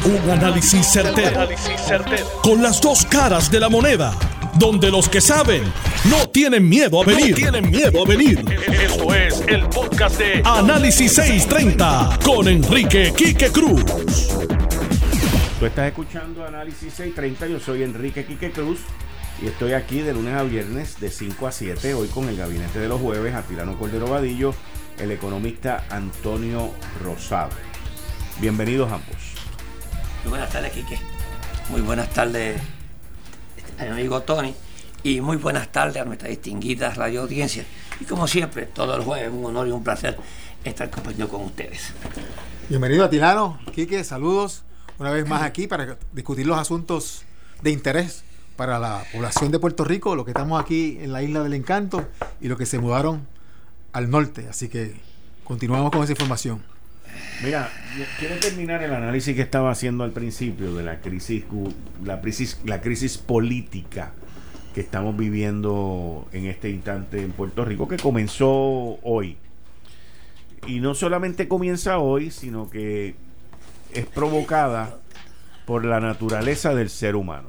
Un análisis certero, con las dos caras de la moneda, donde los que saben no tienen miedo a venir. Esto es el podcast de Análisis 630 con Enrique Quique Cruz. Tú estás escuchando Análisis 630, yo soy Enrique Quique Cruz y estoy aquí de lunes a viernes de 5 a 7, hoy con el gabinete de los jueves, Atilano Cordero Vadillo, el economista Antonio Rosado. Bienvenidos ambos. Muy buenas tardes, Quique. Muy buenas tardes a mi amigo Tony. Y muy buenas tardes a nuestra distinguida radio audiencia. Y como siempre, todos los jueves, un honor y un placer estar compartiendo con ustedes. Bienvenido, Atilano. Quique, saludos una vez más aquí para discutir los asuntos de interés para la población de Puerto Rico, los que estamos aquí en la Isla del Encanto y los que se mudaron al norte. Así que continuamos con esa información. Mira, quiero terminar el análisis que estaba haciendo al principio de la crisis política que estamos viviendo en este instante en Puerto Rico, que comenzó hoy. Y no solamente comienza hoy, sino que es provocada por la naturaleza del ser humano.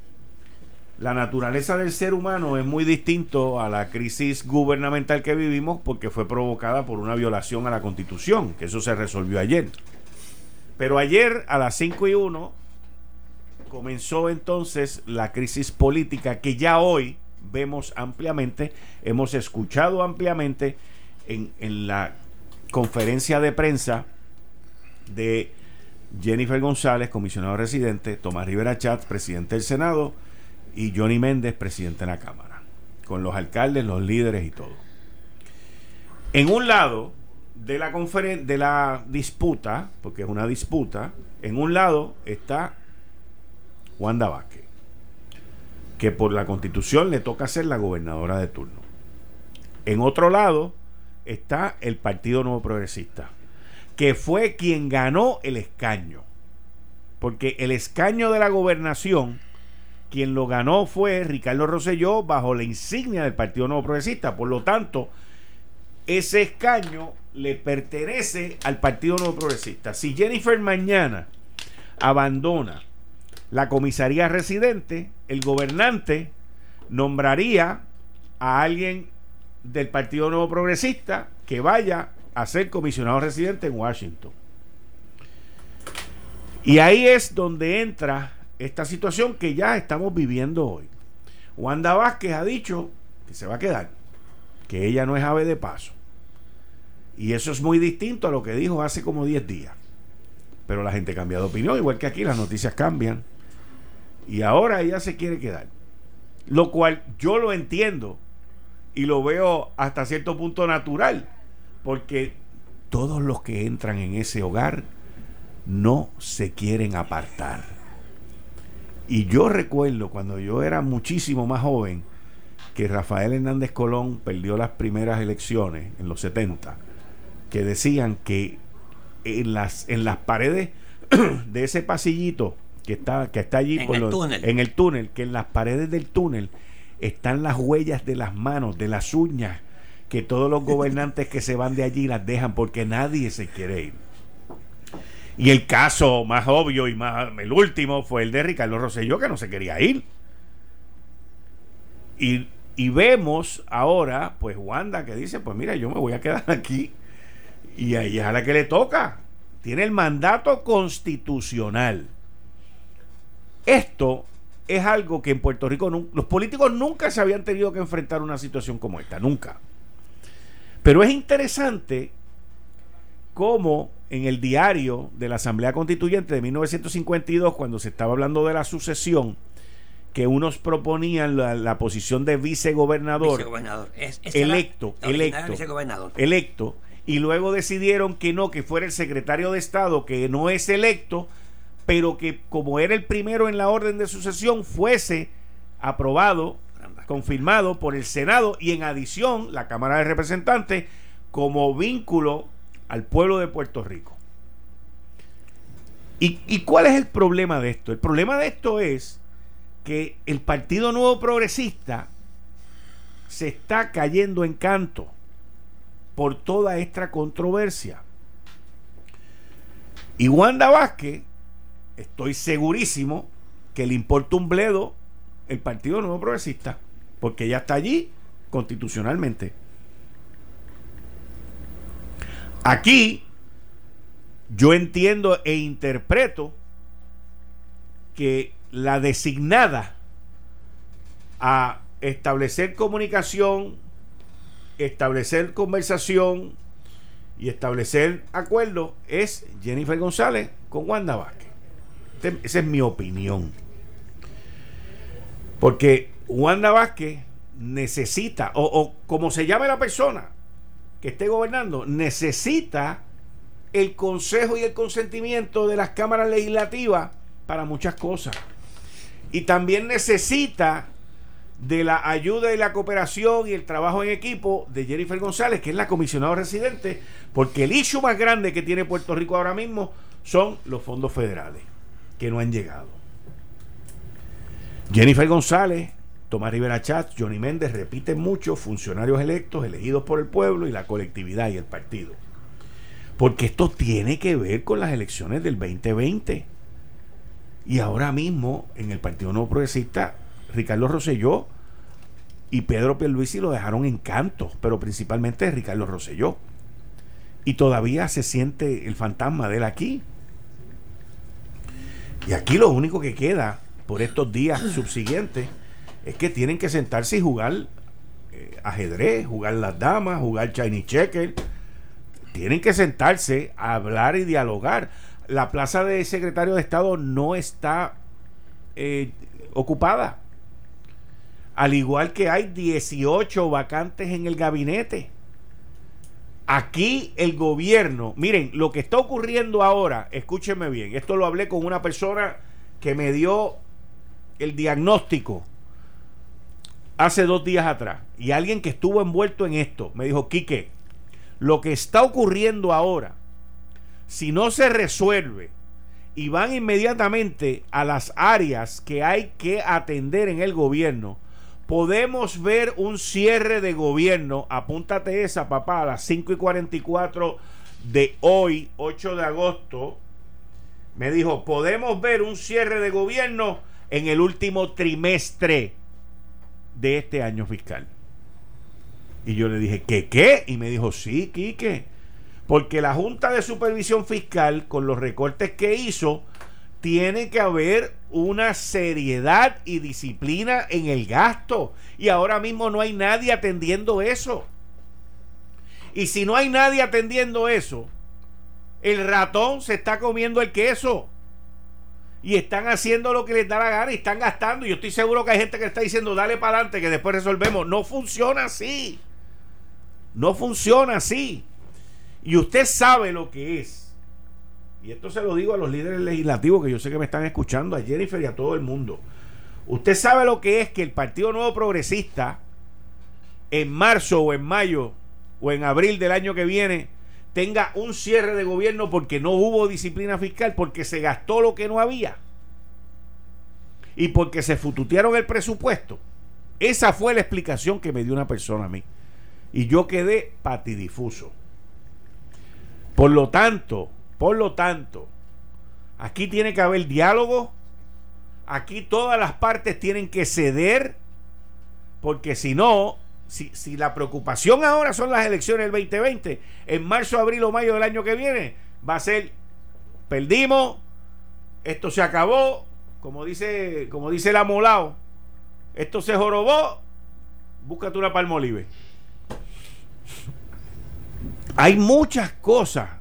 La naturaleza del ser humano es muy distinto a la crisis gubernamental que vivimos porque fue provocada por una violación a la Constitución, que eso se resolvió ayer. Pero ayer a las 5:01 comenzó entonces la crisis política que ya hoy vemos ampliamente, hemos escuchado ampliamente en la conferencia de prensa de Jennifer González, comisionado residente, Tomás Rivera Chatz, presidente del Senado, y Johnny Méndez, presidente de la Cámara, con los alcaldes, los líderes y todo. En un lado de la disputa, porque es una disputa, en un lado está Wanda Vázquez, que por la Constitución le toca ser la gobernadora de turno. En otro lado está el Partido Nuevo Progresista, que fue quien ganó el escaño, porque el escaño de la gobernación, quien lo ganó fue Ricardo Rosselló bajo la insignia del Partido Nuevo Progresista. Por lo tanto, ese escaño le pertenece al Partido Nuevo Progresista. Si Jennifer mañana abandona la comisaría residente, el gobernante nombraría a alguien del Partido Nuevo Progresista que vaya a ser comisionado residente en Washington. Y ahí es donde entra esta situación que ya estamos viviendo hoy. Wanda Vázquez ha dicho que se va a quedar, que ella no es ave de paso. Y eso es muy distinto a lo que dijo hace como 10 días. Pero la gente cambia de opinión, igual que aquí las noticias cambian. Y ahora ella se quiere quedar. Lo cual yo lo entiendo y lo veo hasta cierto punto natural, porque todos los que entran en ese hogar no se quieren apartar. Y yo recuerdo cuando yo era muchísimo más joven que Rafael Hernández Colón perdió las primeras elecciones en los 70, que decían que en las paredes de ese pasillito que está allí en el túnel, que en las paredes del túnel están las huellas de las manos, de las uñas, que todos los gobernantes que se van de allí las dejan porque nadie se quiere ir. Y el caso más obvio y el último fue el de Ricardo Rosselló, que no se quería ir. Y vemos ahora, pues Wanda, que dice, pues mira, yo me voy a quedar aquí. Y ahí es a la que le toca. Tiene el mandato constitucional. Esto es algo que en Puerto Rico los políticos nunca se habían tenido que enfrentar a una situación como esta, nunca. Pero es interesante cómo en el diario de la Asamblea Constituyente de 1952, cuando se estaba hablando de la sucesión, que unos proponían la posición de vicegobernador electo, y luego decidieron que no, que fuera el secretario de Estado, que no es electo, pero que como era el primero en la orden de sucesión, fuese aprobado, confirmado por el Senado y en adición la Cámara de Representantes como vínculo al pueblo de Puerto Rico. ¿Y cuál es el problema de esto? El problema de esto es que el Partido Nuevo Progresista se está cayendo en canto por toda esta controversia. Y Wanda Vázquez estoy segurísimo que le importa un bledo el Partido Nuevo Progresista, porque ya está allí constitucionalmente. Aquí yo entiendo e interpreto que la designada a establecer comunicación, establecer conversación y establecer acuerdos es Jennifer González con Wanda Vázquez. Esa es mi opinión. Porque Wanda Vázquez necesita, o como se llame la persona que esté gobernando, necesita el consejo y el consentimiento de las cámaras legislativas para muchas cosas. Y también necesita de la ayuda y la cooperación y el trabajo en equipo de Jennifer González, que es la comisionada residente, porque el issue más grande que tiene Puerto Rico ahora mismo son los fondos federales que no han llegado. Jennifer González, Tomás Rivera Chatz, Johnny Méndez repiten mucho: funcionarios electos, elegidos por el pueblo y la colectividad y el partido. Porque esto tiene que ver con las elecciones del 2020. Y ahora mismo en el Partido Nuevo Progresista, Ricardo Rosselló y Pedro Pierluisi lo dejaron en canto, pero principalmente Ricardo Rosselló. Y todavía se siente el fantasma de él aquí. Y aquí lo único que queda por estos días subsiguientes es que tienen que sentarse y jugar ajedrez, jugar las damas, jugar Chinese checker. Tienen que sentarse a hablar y dialogar. La plaza de secretario de Estado no está ocupada. Al igual que hay 18 vacantes en el gabinete. Aquí el gobierno, miren, lo que está ocurriendo ahora, escúchenme bien, esto lo hablé con una persona que me dio el diagnóstico hace 2 días atrás, y alguien que estuvo envuelto en esto me dijo: Quique, lo que está ocurriendo ahora, si no se resuelve y van inmediatamente a las áreas que hay que atender en el gobierno, podemos ver un cierre de gobierno. Apúntate esa, papá, a las 5:44 de hoy, 8 de agosto. Me dijo: podemos ver un cierre de gobierno en el último trimestre de este año fiscal. Y yo le dije: ¿Qué? Y me dijo: sí, Quique, porque la Junta de Supervisión Fiscal, con los recortes que hizo, tiene que haber una seriedad y disciplina en el gasto, y ahora mismo no hay nadie atendiendo eso. Y si no hay nadie atendiendo eso, el ratón se está comiendo el queso y están haciendo lo que les da la gana y están gastando. Y yo estoy seguro que hay gente que está diciendo: dale para adelante, que después resolvemos. No funciona así. No funciona así. Y usted sabe lo que es. Y esto se lo digo a los líderes legislativos que yo sé que me están escuchando, a Jennifer y a todo el mundo. Usted sabe lo que es que el Partido Nuevo Progresista en marzo o en mayo o en abril del año que viene tenga un cierre de gobierno porque no hubo disciplina fiscal, porque se gastó lo que no había y porque se fututearon el presupuesto. Esa fue la explicación que me dio una persona a mí y yo quedé patidifuso. Por lo tanto, aquí tiene que haber diálogo. Aquí todas las partes tienen que ceder, porque si no, si la preocupación ahora son las elecciones del 2020, en marzo, abril o mayo del año que viene va a ser: perdimos, esto se acabó, como dice el amolao, esto se jorobó, búscate una Palmolive. Hay muchas cosas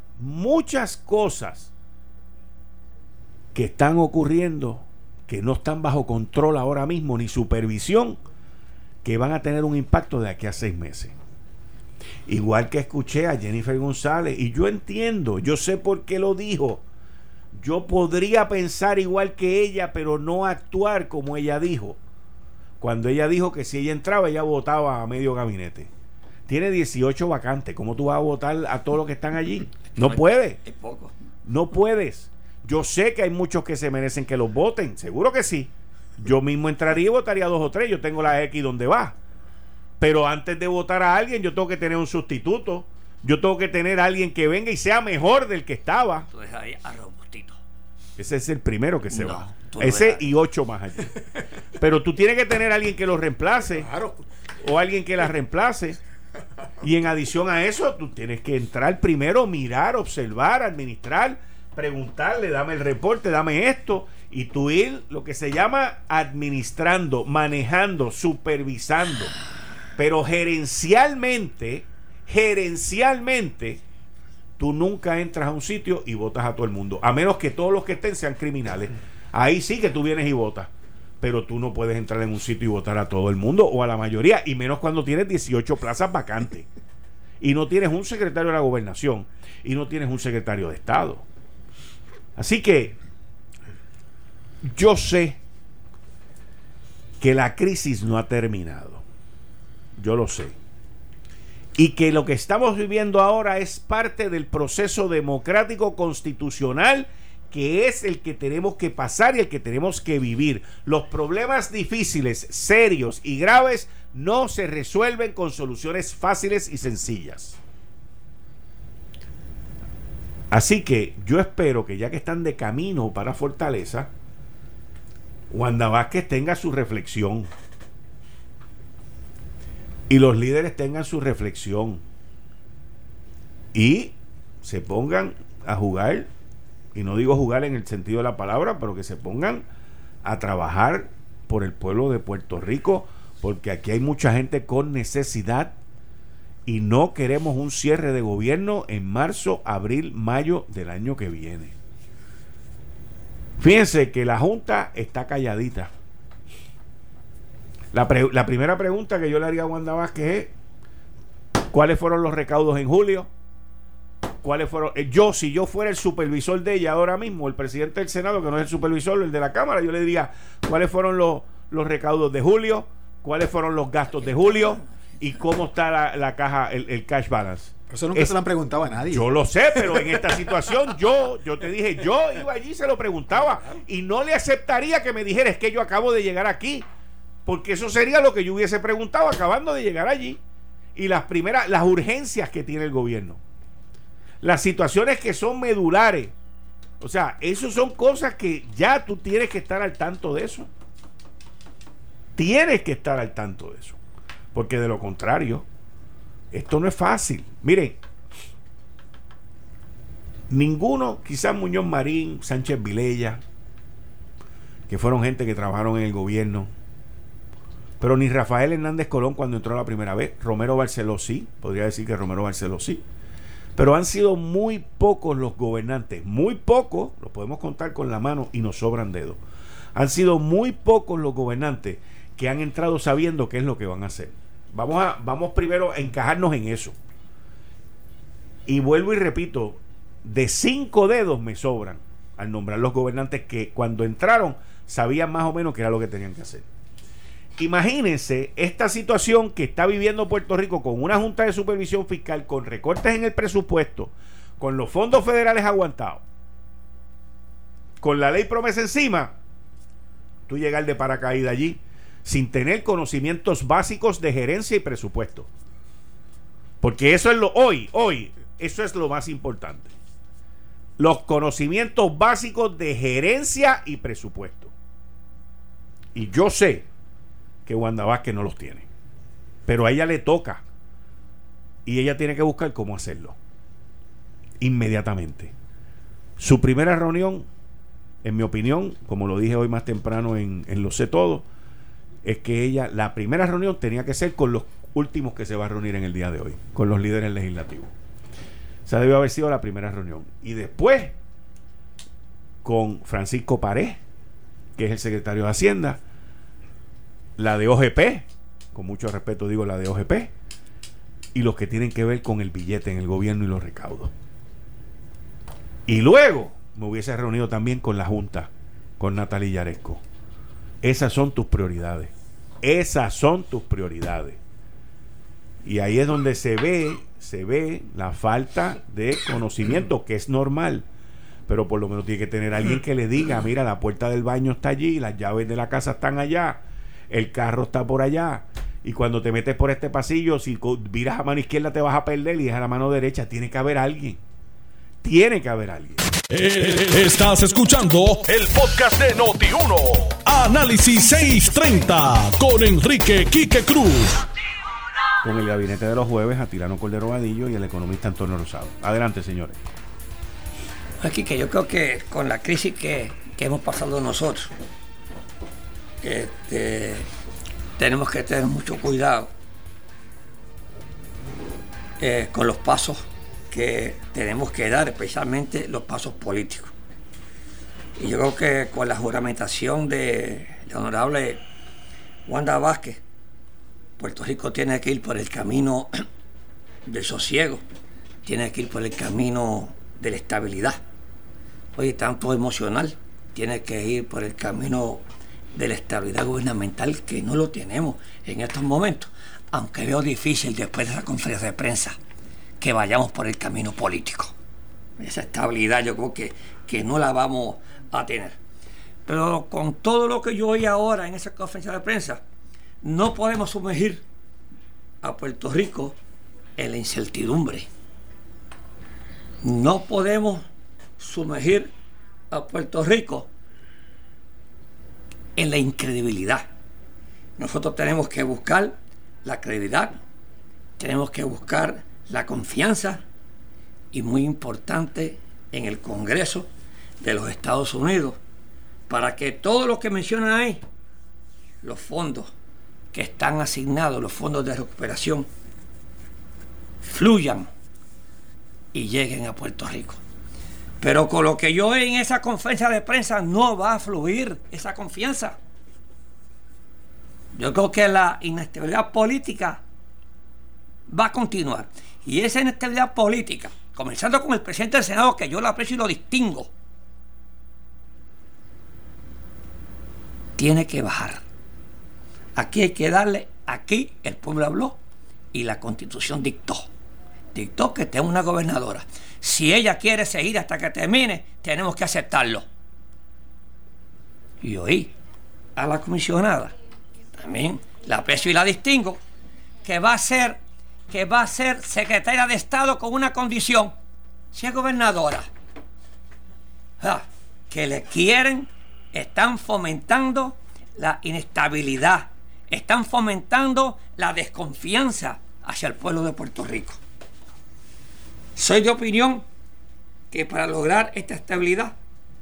que están ocurriendo que no están bajo control ahora mismo ni supervisión, que van a tener un impacto de aquí a 6 meses. Igual que escuché a Jennifer González, y yo entiendo, yo sé por qué lo dijo. Yo podría pensar igual que ella, pero no actuar como ella dijo. Cuando ella dijo que si ella entraba, ella votaba a medio gabinete. Tiene 18 vacantes. ¿Cómo tú vas a votar a todos los que están allí? No puedes. Es poco. No puedes. Yo sé que hay muchos que se merecen que los voten. Seguro que sí. Yo mismo entraría y votaría 2 o 3. Yo tengo la X donde va. Pero antes de votar a alguien, yo tengo que tener un sustituto. Yo tengo que tener a alguien que venga y sea mejor del que estaba. Entonces ahí a Robustito. Ese es el primero que se va. Ese y 8 más allí. Pero tú tienes que tener a alguien que lo reemplace. Claro. O alguien que la reemplace. Y en adición a eso, tú tienes que entrar primero, mirar, observar, administrar, preguntarle, dame el reporte, dame esto. Y tú ir, lo que se llama administrando, manejando, supervisando. Pero gerencialmente, tú nunca entras a un sitio y votas a todo el mundo, a menos que todos los que estén sean criminales. Ahí sí que tú vienes y votas, pero tú no puedes entrar en un sitio y votar a todo el mundo o a la mayoría, y menos cuando tienes 18 plazas vacantes y no tienes un secretario de la gobernación y no tienes un secretario de Estado. Así que yo sé que la crisis no ha terminado, yo lo sé, y que lo que estamos viviendo ahora es parte del proceso democrático constitucional, que es el que tenemos que pasar y el que tenemos que vivir. Los problemas difíciles, serios y graves no se resuelven con soluciones fáciles y sencillas. Así que yo espero que, ya que están de camino para Fortaleza, Wanda Vázquez tenga su reflexión y los líderes tengan su reflexión y se pongan a jugar, y no digo jugar en el sentido de la palabra, pero que se pongan a trabajar por el pueblo de Puerto Rico, porque aquí hay mucha gente con necesidad y no queremos un cierre de gobierno en marzo, abril, mayo del año que viene. Fíjense que la Junta está calladita. La primera pregunta que yo le haría a Wanda Vázquez es: ¿cuáles fueron los recaudos en julio? ¿Cuáles fueron? Si yo fuera el supervisor de ella ahora mismo, el presidente del Senado, que no es el supervisor, el de la Cámara, yo le diría: ¿cuáles fueron los recaudos de julio? ¿Cuáles fueron los gastos de julio? ¿Y cómo está la caja, el cash balance? Eso nunca se lo han preguntado a nadie. Yo lo sé, pero en esta situación yo te dije, yo iba allí y se lo preguntaba, y no le aceptaría que me dijera: es que yo acabo de llegar aquí, porque eso sería lo que yo hubiese preguntado acabando de llegar allí. Y las urgencias que tiene el gobierno, las situaciones que son medulares, o sea, eso son cosas que ya tú tienes que estar al tanto de eso. Tienes que estar al tanto de eso, porque de lo contrario, esto no es fácil. Miren, ninguno, quizás Muñoz Marín, Sánchez Vilella, que fueron gente que trabajaron en el gobierno, pero ni Rafael Hernández Colón cuando entró la primera vez. Romero Barceló sí, podría decir que Romero Barceló sí, pero han sido muy pocos los gobernantes, muy pocos, los podemos contar con la mano y nos sobran dedos. Han sido muy pocos los gobernantes que han entrado sabiendo qué es lo que van a hacer. Vamos primero a encajarnos en eso. Y vuelvo y repito, de 5 dedos me sobran al nombrar los gobernantes que cuando entraron sabían más o menos qué era lo que tenían que hacer. Imagínense esta situación que está viviendo Puerto Rico, con una Junta de Supervisión Fiscal, con recortes en el presupuesto, con los fondos federales aguantados, con la ley promesa encima. Tú llegar de paracaídas allí sin tener conocimientos básicos de gerencia y presupuesto, porque eso es hoy eso es lo más importante: los conocimientos básicos de gerencia y presupuesto. Y yo sé que Wanda Vázquez no los tiene, pero a ella le toca y ella tiene que buscar cómo hacerlo inmediatamente. Su primera reunión, en mi opinión, como lo dije hoy más temprano en Lo Sé Todo, es que la primera reunión tenía que ser con los últimos que se va a reunir en el día de hoy, con los líderes legislativos. Esa debió haber sido la primera reunión. Y después con Francisco Párez, que es el secretario de Hacienda, la de OGP, con mucho respeto digo la de OGP, y los que tienen que ver con el billete en el gobierno y los recaudos. Y luego me hubiese reunido también con la Junta, con Natalie Yaresco. Esas son tus prioridades. Esas son tus prioridades. Y ahí es donde se ve la falta de conocimiento, que es normal. Pero por lo menos tiene que tener alguien que le diga: mira, la puerta del baño está allí, las llaves de la casa están allá, el carro está por allá, y cuando te metes por este pasillo, si viras a mano izquierda te vas a perder y es a la mano derecha. Tiene que haber alguien. Estás escuchando el podcast de Noti1. Análisis 630 con Enrique Quique Cruz. Con el gabinete de los jueves, Atilano Cordero Vadillo y el economista Antonio Rosado. Adelante, señores. Aquí que yo creo que con la crisis que hemos pasado nosotros, tenemos que tener mucho cuidado con los pasos que tenemos que dar, especialmente los pasos políticos. Y yo creo que con la juramentación de la honorable Wanda Vázquez, Puerto Rico tiene que ir por el camino del sosiego, tiene que ir por el camino de la estabilidad. Oye, tanto emocional, tiene que ir por el camino de la estabilidad gubernamental, que no lo tenemos en estos momentos, aunque veo difícil después de esa conferencia de prensa que vayamos por el camino político. Esa estabilidad yo creo que no la vamos a tener. Pero con todo lo que yo oí ahora en esa conferencia de prensa, no podemos sumergir a Puerto Rico en la incertidumbre. No podemos sumergir a Puerto Rico en la incredibilidad. Nosotros tenemos que buscar la credibilidad, tenemos que buscar la confianza y, muy importante, en el Congreso de los Estados Unidos, para que todo lo que mencionan ahí, los fondos que están asignados, los fondos de recuperación, fluyan y lleguen a Puerto Rico. Pero con lo que yo oí en esa conferencia de prensa, no va a fluir esa confianza. Yo creo que la inestabilidad política va a continuar. Y esa inestabilidad política, comenzando con el presidente del Senado, que yo lo aprecio y lo distingo, tiene que bajar. Aquí hay que darle, aquí el pueblo habló y la Constitución dictó que tenga una gobernadora. Si ella quiere seguir hasta que termine, tenemos que aceptarlo. Y oí a la comisionada, también la aprecio y la distingo, que va a ser secretaria de Estado con una condición: si es gobernadora, que le quieren, están fomentando la inestabilidad, están fomentando la desconfianza hacia el pueblo de Puerto Rico. Soy de opinión que para lograr esta estabilidad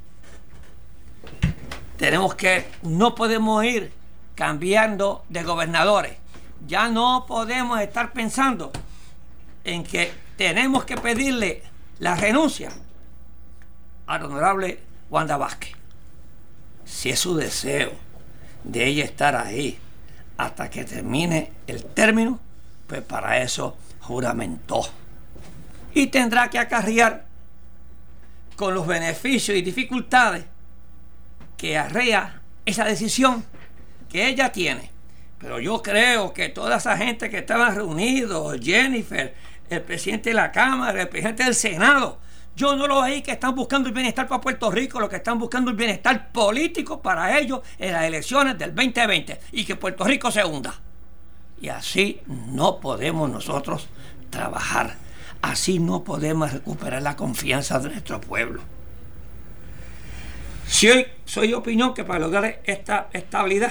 no podemos ir cambiando de gobernadores. Ya no podemos estar pensando en que tenemos que pedirle la renuncia a la honorable Wanda Vázquez. Si es su deseo de ella estar ahí hasta que termine el término, pues para eso juramentó. Y tendrá que acarrear con los beneficios y dificultades que arrea esa decisión que ella tiene. Pero yo creo que toda esa gente que estaban reunidos, Jennifer, el presidente de la Cámara, el presidente del Senado, yo no lo veí que están buscando el bienestar para Puerto Rico, lo que están buscando el bienestar político para ellos en las elecciones del 2020 y que Puerto Rico se hunda. Y así no podemos nosotros trabajar. Así no podemos recuperar la confianza de nuestro pueblo. Soy de opinión que para lograr esta estabilidad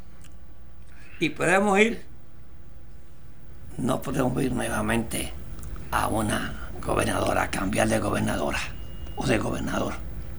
no podemos ir nuevamente a una gobernadora, a cambiar de gobernadora o de gobernador.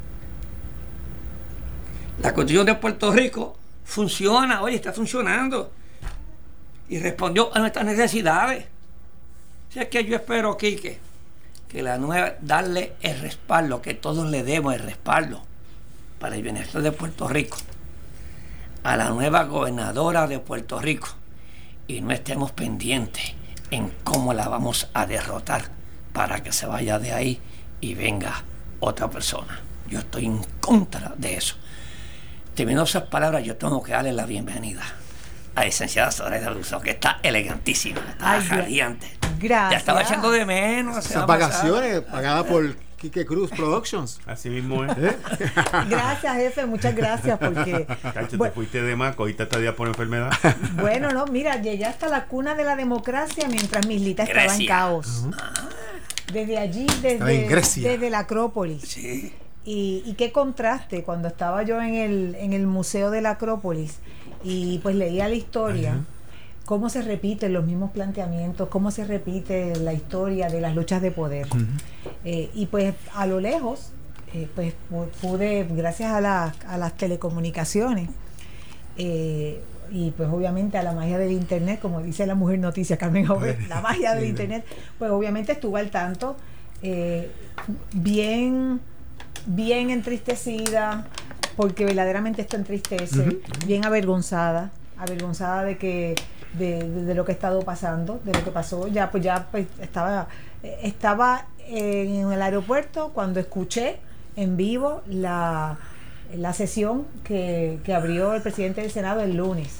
La Constitución de Puerto Rico funciona, está funcionando y respondió a nuestras necesidades. Si es que yo espero, Quique, que la nueva, darle el respaldo, que todos le demos el respaldo para el bienestar de Puerto Rico a la nueva gobernadora de Puerto Rico, y no estemos pendientes en cómo la vamos a derrotar para que se vaya de ahí y venga otra persona. Yo estoy en contra de eso. Terminando esas palabras, yo tengo que darle la bienvenida a la licenciada Zoraida Rousseau, que está elegantísima, está radiante. Gracias. Ya estaba echando de menos. Esas vacaciones pagadas por Quique Cruz Productions. Así mismo es. Gracias, jefe, muchas gracias porque... Cacho, te fuiste de más, cogiste hasta día por enfermedad. Bueno, no, mira, llegué hasta la cuna de la democracia mientras mi islita estaba en caos. desde allí, en Grecia. desde la Acrópolis. Sí. Y qué contraste cuando estaba yo en el Museo de la Acrópolis y pues leía la historia, cómo se repiten los mismos planteamientos, cómo se repite la historia de las luchas de poder. Y pues a lo lejos, pues pude, gracias a las telecomunicaciones, y pues obviamente a la magia del internet, como dice la Mujer Noticia Carmen Jovet, la magia del internet, pues obviamente estuve al tanto, bien entristecida, porque verdaderamente esto entristece, bien avergonzada de que de lo que ha estado pasando, de lo que pasó. Ya pues estaba en el aeropuerto cuando escuché en vivo la sesión que abrió el presidente del Senado el lunes,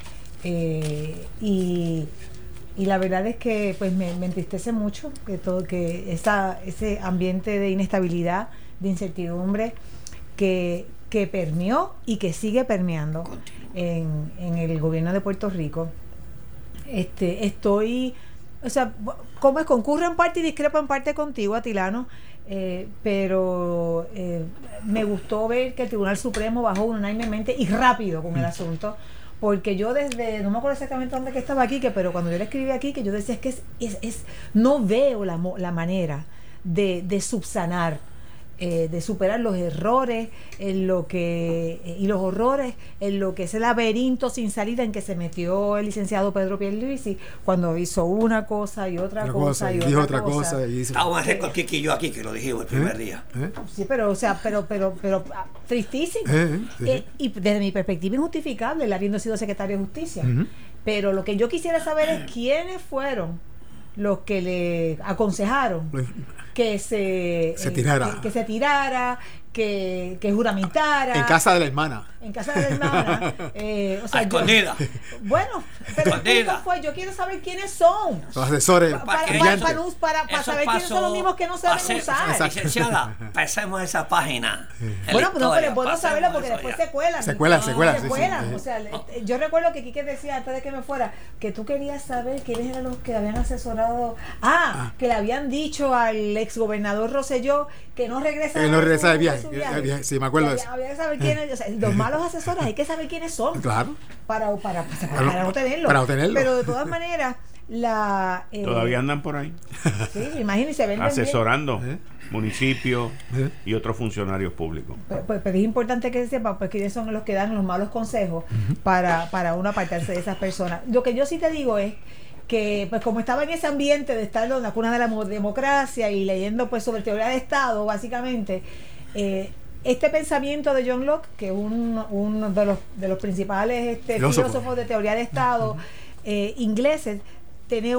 y la verdad es que pues me entristece mucho que ese ambiente de inestabilidad, de incertidumbre que permeó y que sigue permeando en el gobierno de Puerto Rico. Estoy, o sea, como es, concurro en parte y discrepo en parte contigo, Atilano, pero me gustó ver que el Tribunal Supremo bajó unánimemente y rápido con el asunto, porque yo no me acuerdo exactamente dónde que estaba aquí, pero cuando yo le escribí aquí, que yo decía es que no veo la manera de subsanar, de superar los errores y los horrores en lo que es el laberinto sin salida en que se metió el licenciado Pedro Pierluisi cuando hizo una cosa y otra cosa y dijo otra cosa. Estábamos más récord que yo aquí, que lo dijimos el primer día. Sí, pero tristísimo. Y desde mi perspectiva injustificable, él habiendo sido secretario de Justicia. Pero lo que yo quisiera saber es quiénes fueron los que le aconsejaron que se tirara, que juramentara en casa de la hermana, o sea, escondida. Bueno, pero el punto fue, yo quiero saber quiénes son los asesores para saber quiénes son los mismos que no saben usar. Licenciada, pasemos esa página. Bueno, pero es bueno saberlo porque después se cuelan. O sea, yo recuerdo que Quique decía antes de que me fuera que tú querías saber quiénes eran los que habían asesorado, que le habían dicho al exgobernador Rosselló que no regresa de viaje. Sí, me acuerdo de eso. Había que saber quiénes, o sea, los malos asesores hay que saber quiénes son. Claro. Para no tenerlo. Para obtenerlo. Pero de todas maneras, todavía andan por ahí. Sí, imagínense, venden asesorando municipios y otros funcionarios públicos. Pero es importante que se sepa pues quiénes son los que dan los malos consejos para uno apartarse de esas personas. Lo que yo sí te digo es que pues como estaba en ese ambiente de estar en la cuna de la democracia y leyendo pues sobre teoría de Estado, básicamente, este pensamiento de John Locke, que es uno de los principales filósofos de teoría de Estado ingleses, tiene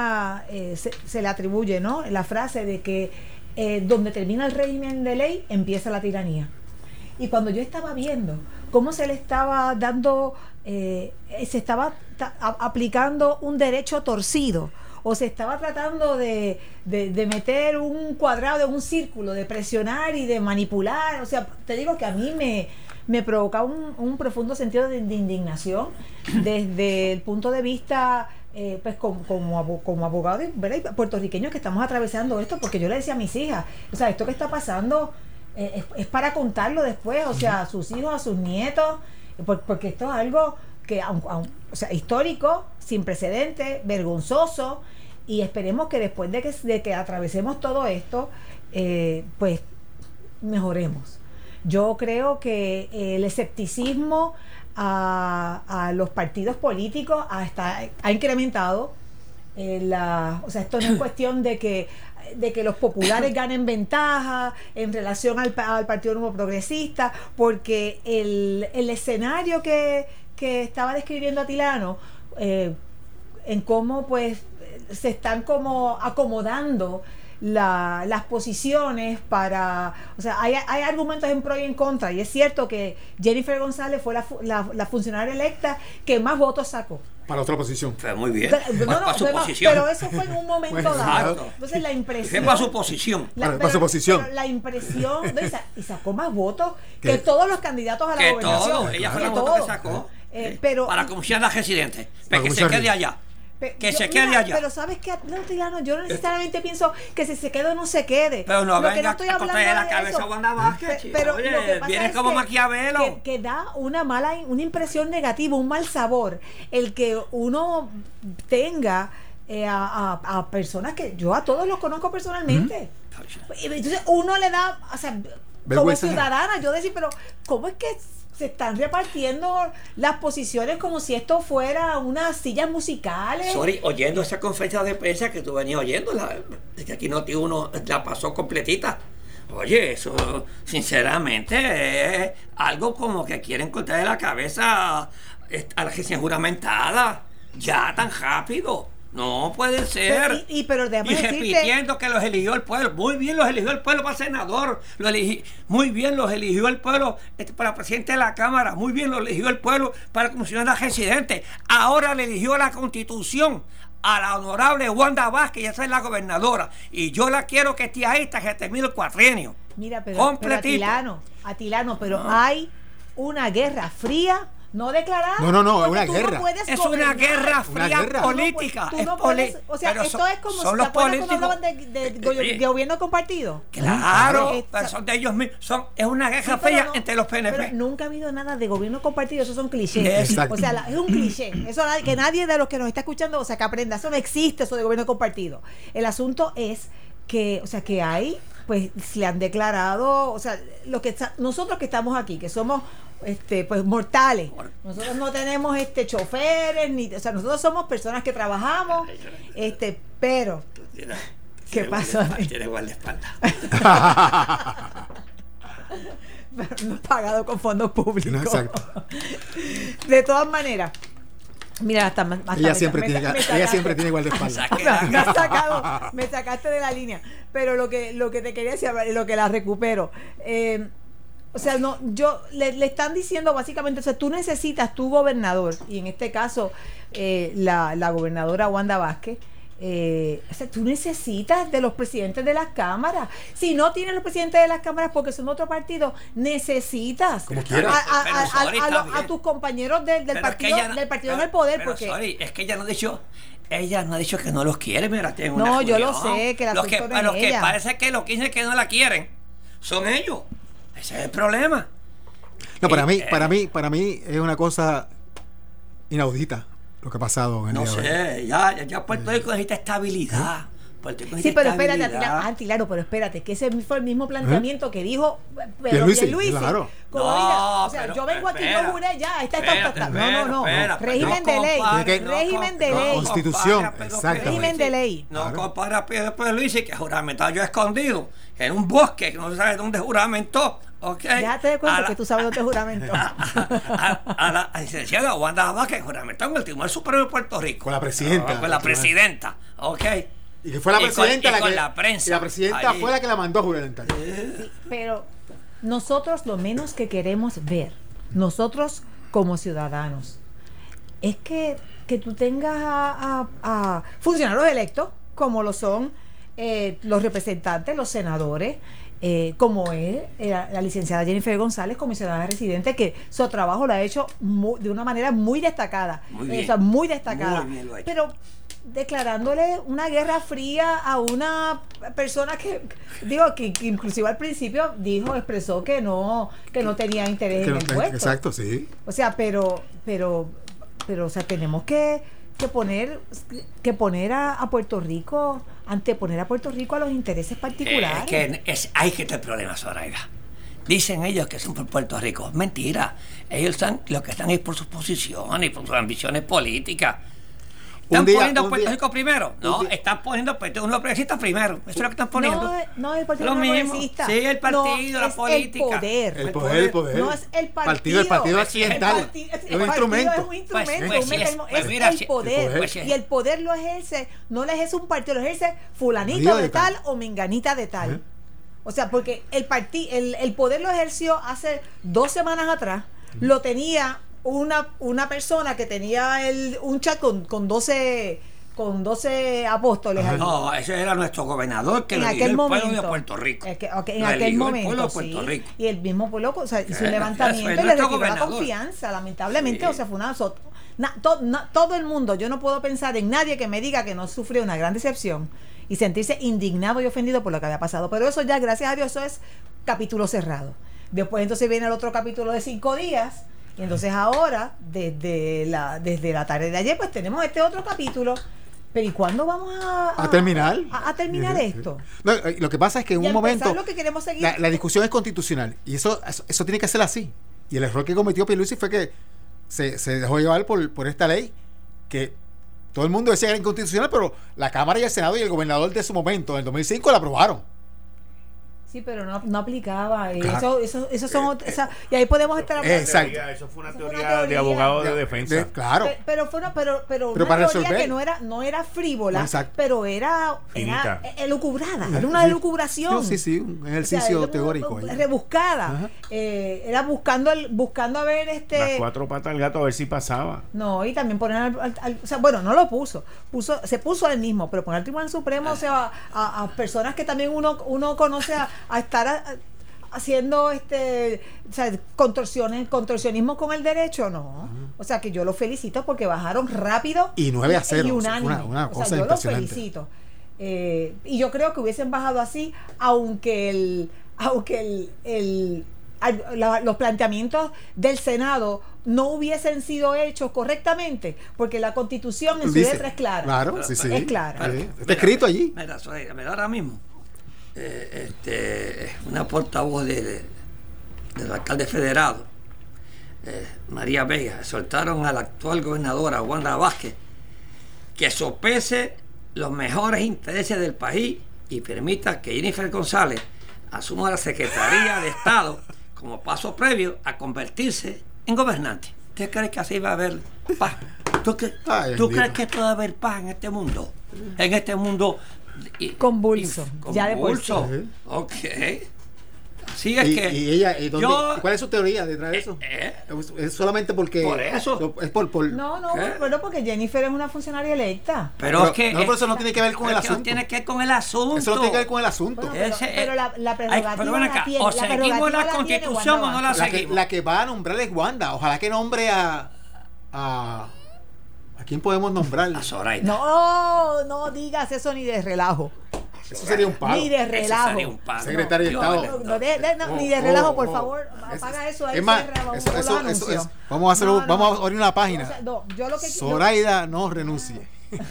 se le atribuye, ¿no?, la frase de que donde termina el régimen de ley empieza la tiranía. Y cuando yo estaba viendo cómo se le estaba dando, se estaba aplicando un derecho torcido, o se estaba tratando de meter un cuadrado en un círculo, de presionar y de manipular, o sea, te digo que a mí me provocaba un profundo sentido de indignación desde el punto de vista pues como abogado, ¿verdad?, puertorriqueños que estamos atravesando esto, porque yo le decía a mis hijas, o sea, esto que está pasando es para contarlo después, o sea, a sus hijos, a sus nietos, porque esto es algo que o sea, histórico, sin precedentes, vergonzoso, y esperemos que después de que atravesemos todo esto, pues mejoremos. Yo creo que el escepticismo a los partidos políticos ha incrementado. O sea, esto no es cuestión de que los populares ganen ventaja en relación al Partido Nuevo Progresista, porque el escenario que estaba describiendo Atilano, en cómo pues se están como acomodando las posiciones o sea, hay argumentos en pro y en contra, y es cierto que Jennifer González fue la funcionaria electa que más votos sacó. Para otra posición. Fue muy bien. Para su posición. Pero eso fue en un momento dado. Exacto. Entonces la impresión. Fue para su posición. Para su posición. Pero la impresión, y sacó más votos que todos los candidatos a la gobernación. Ella fue la voto que sacó. Pero, para comisionar a residentes, para que se quede allá. que se quede allá. Pero sabes que, no, Tilano, yo no necesariamente pienso que si se quede o no se quede. Pero no lo que venga no estoy a hablando cogerle la de cabeza eso. a Wanda Vázquez, Pero oye, lo que pasa viene es como que, Maquiavelo. que da una impresión negativa, un mal sabor, el que uno tenga a personas que yo a todos los conozco personalmente. Entonces uno le da, o sea, como ciudadana, yo decir, pero ¿cómo es que se están repartiendo las posiciones como si esto fuera unas sillas musicales? Sorry, oyendo esa conferencia de prensa que tú venías oyendo, es que aquí Noti1 la pasó completita. Oye, eso sinceramente es algo como que quieren cortarle la cabeza a la agencia juramentada, ya tan rápido. No puede ser. Pero repitiendo que los eligió el pueblo. Muy bien, los eligió el pueblo para senador. Muy bien, los eligió el pueblo para presidente de la Cámara. Muy bien, los eligió el pueblo para comisionada residente. Ahora le eligió la Constitución a la honorable Wanda Vázquez, y esa es la gobernadora. Y yo la quiero que esté ahí hasta que termine el cuatrienio. Mira, pero Atilano, pero hay una guerra fría. No declarada. No, es una guerra. Es una guerra fría política. O sea, esto es como son los políticos. Cuando hablaban de gobierno compartido. Claro, pero son de ellos mismos. Es una guerra fría entre los PNP. Pero nunca ha habido nada de gobierno compartido. Esos son clichés. Exacto. O sea, es un cliché. Eso que nadie de los que nos está escuchando, o sea, que aprenda. Eso no existe, eso de gobierno compartido. El asunto es que, o sea, que hay, pues, le han declarado, o sea, nosotros que estamos aquí, que somos pues mortales, nosotros no tenemos choferes ni, o sea, nosotros somos personas que trabajamos, pero ¿qué pasó? Tiene guardaespaldas. Pero no pagado con fondos públicos. No, exacto. De todas maneras, mira, ella siempre tiene guardaespaldas. Me sacaste de la línea. Pero lo que te quería decir, lo que la recupero, o sea, no, le están diciendo básicamente, o sea, tú necesitas tu gobernador, y en este caso la gobernadora Wanda Vázquez, o sea, tú necesitas de los presidentes de las cámaras. Si no tienes los presidentes de las cámaras porque son otro partido, necesitas a tus compañeros del partido en el poder. Pero, porque es que ella no ha dicho que no los quiere. Mira, tiene una no, yo lo sé, que los que parece que los 15 que no la quieren son ellos. Ese es el problema. No, para mí es una cosa inaudita lo que ha pasado en el día de hoy. Ya Puerto Rico necesita estabilidad. Sí, pero espérate, Atilano, pero espérate, que ese fue el mismo planteamiento que dijo Luis. Claro. O sea, yo vengo aquí, yo juré ya, no. Régimen de ley. Constitución, exacto. Régimen de ley. No compara después de Luis, que juramentado yo escondido en un bosque que no se sabe dónde juramentó. Okay. Déjate de cuenta que tú sabes dónde juramentó. A la licenciada Wanda Vázquez juramentó en el Tribunal Supremo de Puerto Rico. Con la presidenta. Con la presidenta, ok. Y que fue la presidenta la prensa. Y la presidenta fue la que la mandó a juramentar. Sí, pero nosotros lo menos que queremos ver, nosotros como ciudadanos, es que tú tengas a funcionarios electos, como lo son los representantes, los senadores, como es la licenciada Jennifer González, comisionada residente, que su trabajo lo ha hecho de una manera muy destacada. Muy destacada. Muy bien lo ha hecho. Pero declarándole una guerra fría a una persona que inclusive al principio expresó que no tenía interés en el puesto. Exacto, sí. O sea, pero o sea, tenemos que poner a Puerto Rico, anteponer a Puerto Rico a los intereses particulares. Hay que tener problemas, Zoraida. Dicen ellos que son por Puerto Rico. Mentira. Ellos lo que están es por sus posiciones y por sus ambiciones políticas. ¿Están poniendo a Puerto Rico primero? No, están poniendo unos progresistas primero. Eso es lo que están poniendo. No, el partido no es progresista. Sí, el partido, la política. El poder. No es el partido. El partido occidental. Es un instrumento. Es un instrumento, es el poder. Y el poder lo ejerce, no lo ejerce un partido, lo ejerce fulanito de tal o menganita de tal. O sea, porque el poder lo ejerció hace 2 semanas atrás, lo tenía una persona que tenía un chat con 12 apóstoles. No, ese era nuestro gobernador que lo eligió el pueblo de Puerto Rico. En aquel momento, sí. Y el mismo pueblo hizo un levantamiento y le retiró la confianza, lamentablemente. Sí. O sea, fue todo el mundo, yo no puedo pensar en nadie que me diga que no sufrió una gran decepción y sentirse indignado y ofendido por lo que había pasado. Pero eso ya, gracias a Dios, eso es capítulo cerrado. Después entonces viene el otro capítulo de 5 días. Y entonces ahora, desde la tarde de ayer, pues tenemos este otro capítulo. Pero ¿y cuándo vamos a terminar? A terminar esto. No, lo que pasa es que en un momento lo que queremos seguir. La discusión es constitucional y eso tiene que ser así. Y el error que cometió Pierluisi fue que se dejó llevar por esta ley que todo el mundo decía que era inconstitucional, pero la Cámara y el Senado y el gobernador de su momento, en el 2005, la aprobaron. Sí, pero no aplicaba. Claro. Eso son y ahí podemos estar hablando. Exacto. Eso fue una teoría de abogados de defensa. Claro. Pero fue una para teoría resolver. que no era frívola, Exacto. pero era elucubrada, era una elucubración. Sí, un ejercicio teórico. Rebuscada. Era buscando a ver Las 4 patas al gato a ver si pasaba. No, y también poner o sea, bueno, no lo se puso al mismo, pero poner al Tribunal Supremo, o sea, a personas que también uno conoce a estar haciendo o sea, contorsionismo con el derecho, no. O sea, que yo los felicito porque bajaron rápido y 9-0, y unánime. Una cosa yo los impresionante. felicito. Y yo creo que hubiesen bajado así, aunque los planteamientos del Senado no hubiesen sido hechos correctamente, porque la Constitución en su letra es clara. Claro, sí. Es clara. Está escrito allí. Mira, ahora mismo una portavoz del alcalde federado, María Vega, exhortaron a la actual gobernadora Wanda Vázquez que sopese los mejores intereses del país y permita que Jennifer González asuma la Secretaría de Estado como paso previo a convertirse en gobernante. ¿Usted cree que así va a haber paz? ¿Tú crees que esto va a haber paz en este mundo? En este mundo convulso. Ya de por sí. Ok. Así es que. ¿Y ella? ¿Cuál es su teoría detrás de eso? ¿Es solamente porque.? Por eso. Es por No, pero porque Jennifer es una funcionaria electa. Pero es que. No, pero eso no tiene que ver con el asunto. No tiene que ver con el asunto. Eso no tiene que ver con el asunto. Bueno, pero la prerrogativa. Pero ven acá, o seguimos la Constitución o no la seguimos. La que va a nombrar es Wanda. Ojalá que nombre ¿a quién podemos nombrar? A Zoraida. No digas eso ni de relajo. Eso sería un palo. Ni de relajo. Eso sería un palo. Secretario de Estado. Ni de relajo, por favor. Apaga eso. Es más, vamos a abrir una página. O sea, yo lo que Zoraida no renuncie.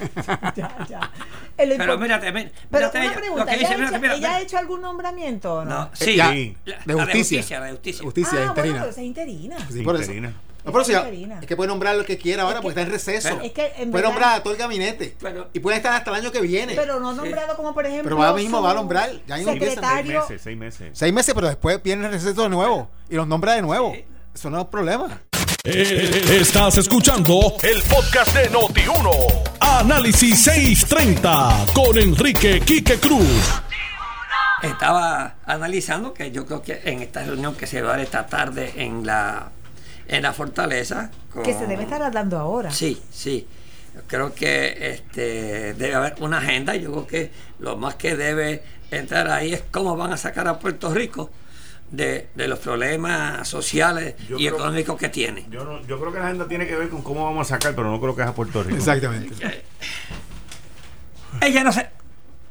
Ya. Pero mírate, una pregunta, ¿ella ha hecho algún nombramiento o no? No, sí. De justicia. Justicia, interina. Bueno, pero esa es interina. Sí, por eso. No, pero es que puede nombrar lo que quiera ahora porque está en receso. Puede nombrar a todo el gabinete. Y puede estar hasta el año que viene. Pero no nombrado como, por ejemplo. Pero ahora mismo va a nombrar. Ya secretario. 6 meses. 6 meses, pero después viene el receso de nuevo. Y los nombra de nuevo. Eso no es problema. Estás escuchando el podcast de Noti1. Análisis 630 con Enrique Quique Cruz. Estaba analizando que yo creo que en esta reunión que se va a dar esta tarde en la Fortaleza. Que se debe estar hablando ahora. Sí. Yo creo que debe haber una agenda. Yo creo que lo más que debe entrar ahí es cómo van a sacar a Puerto Rico de los problemas sociales y económicos que tiene. Yo creo que la agenda tiene que ver con cómo vamos a sacar, pero no creo que es a Puerto Rico. Exactamente. Ella no sé.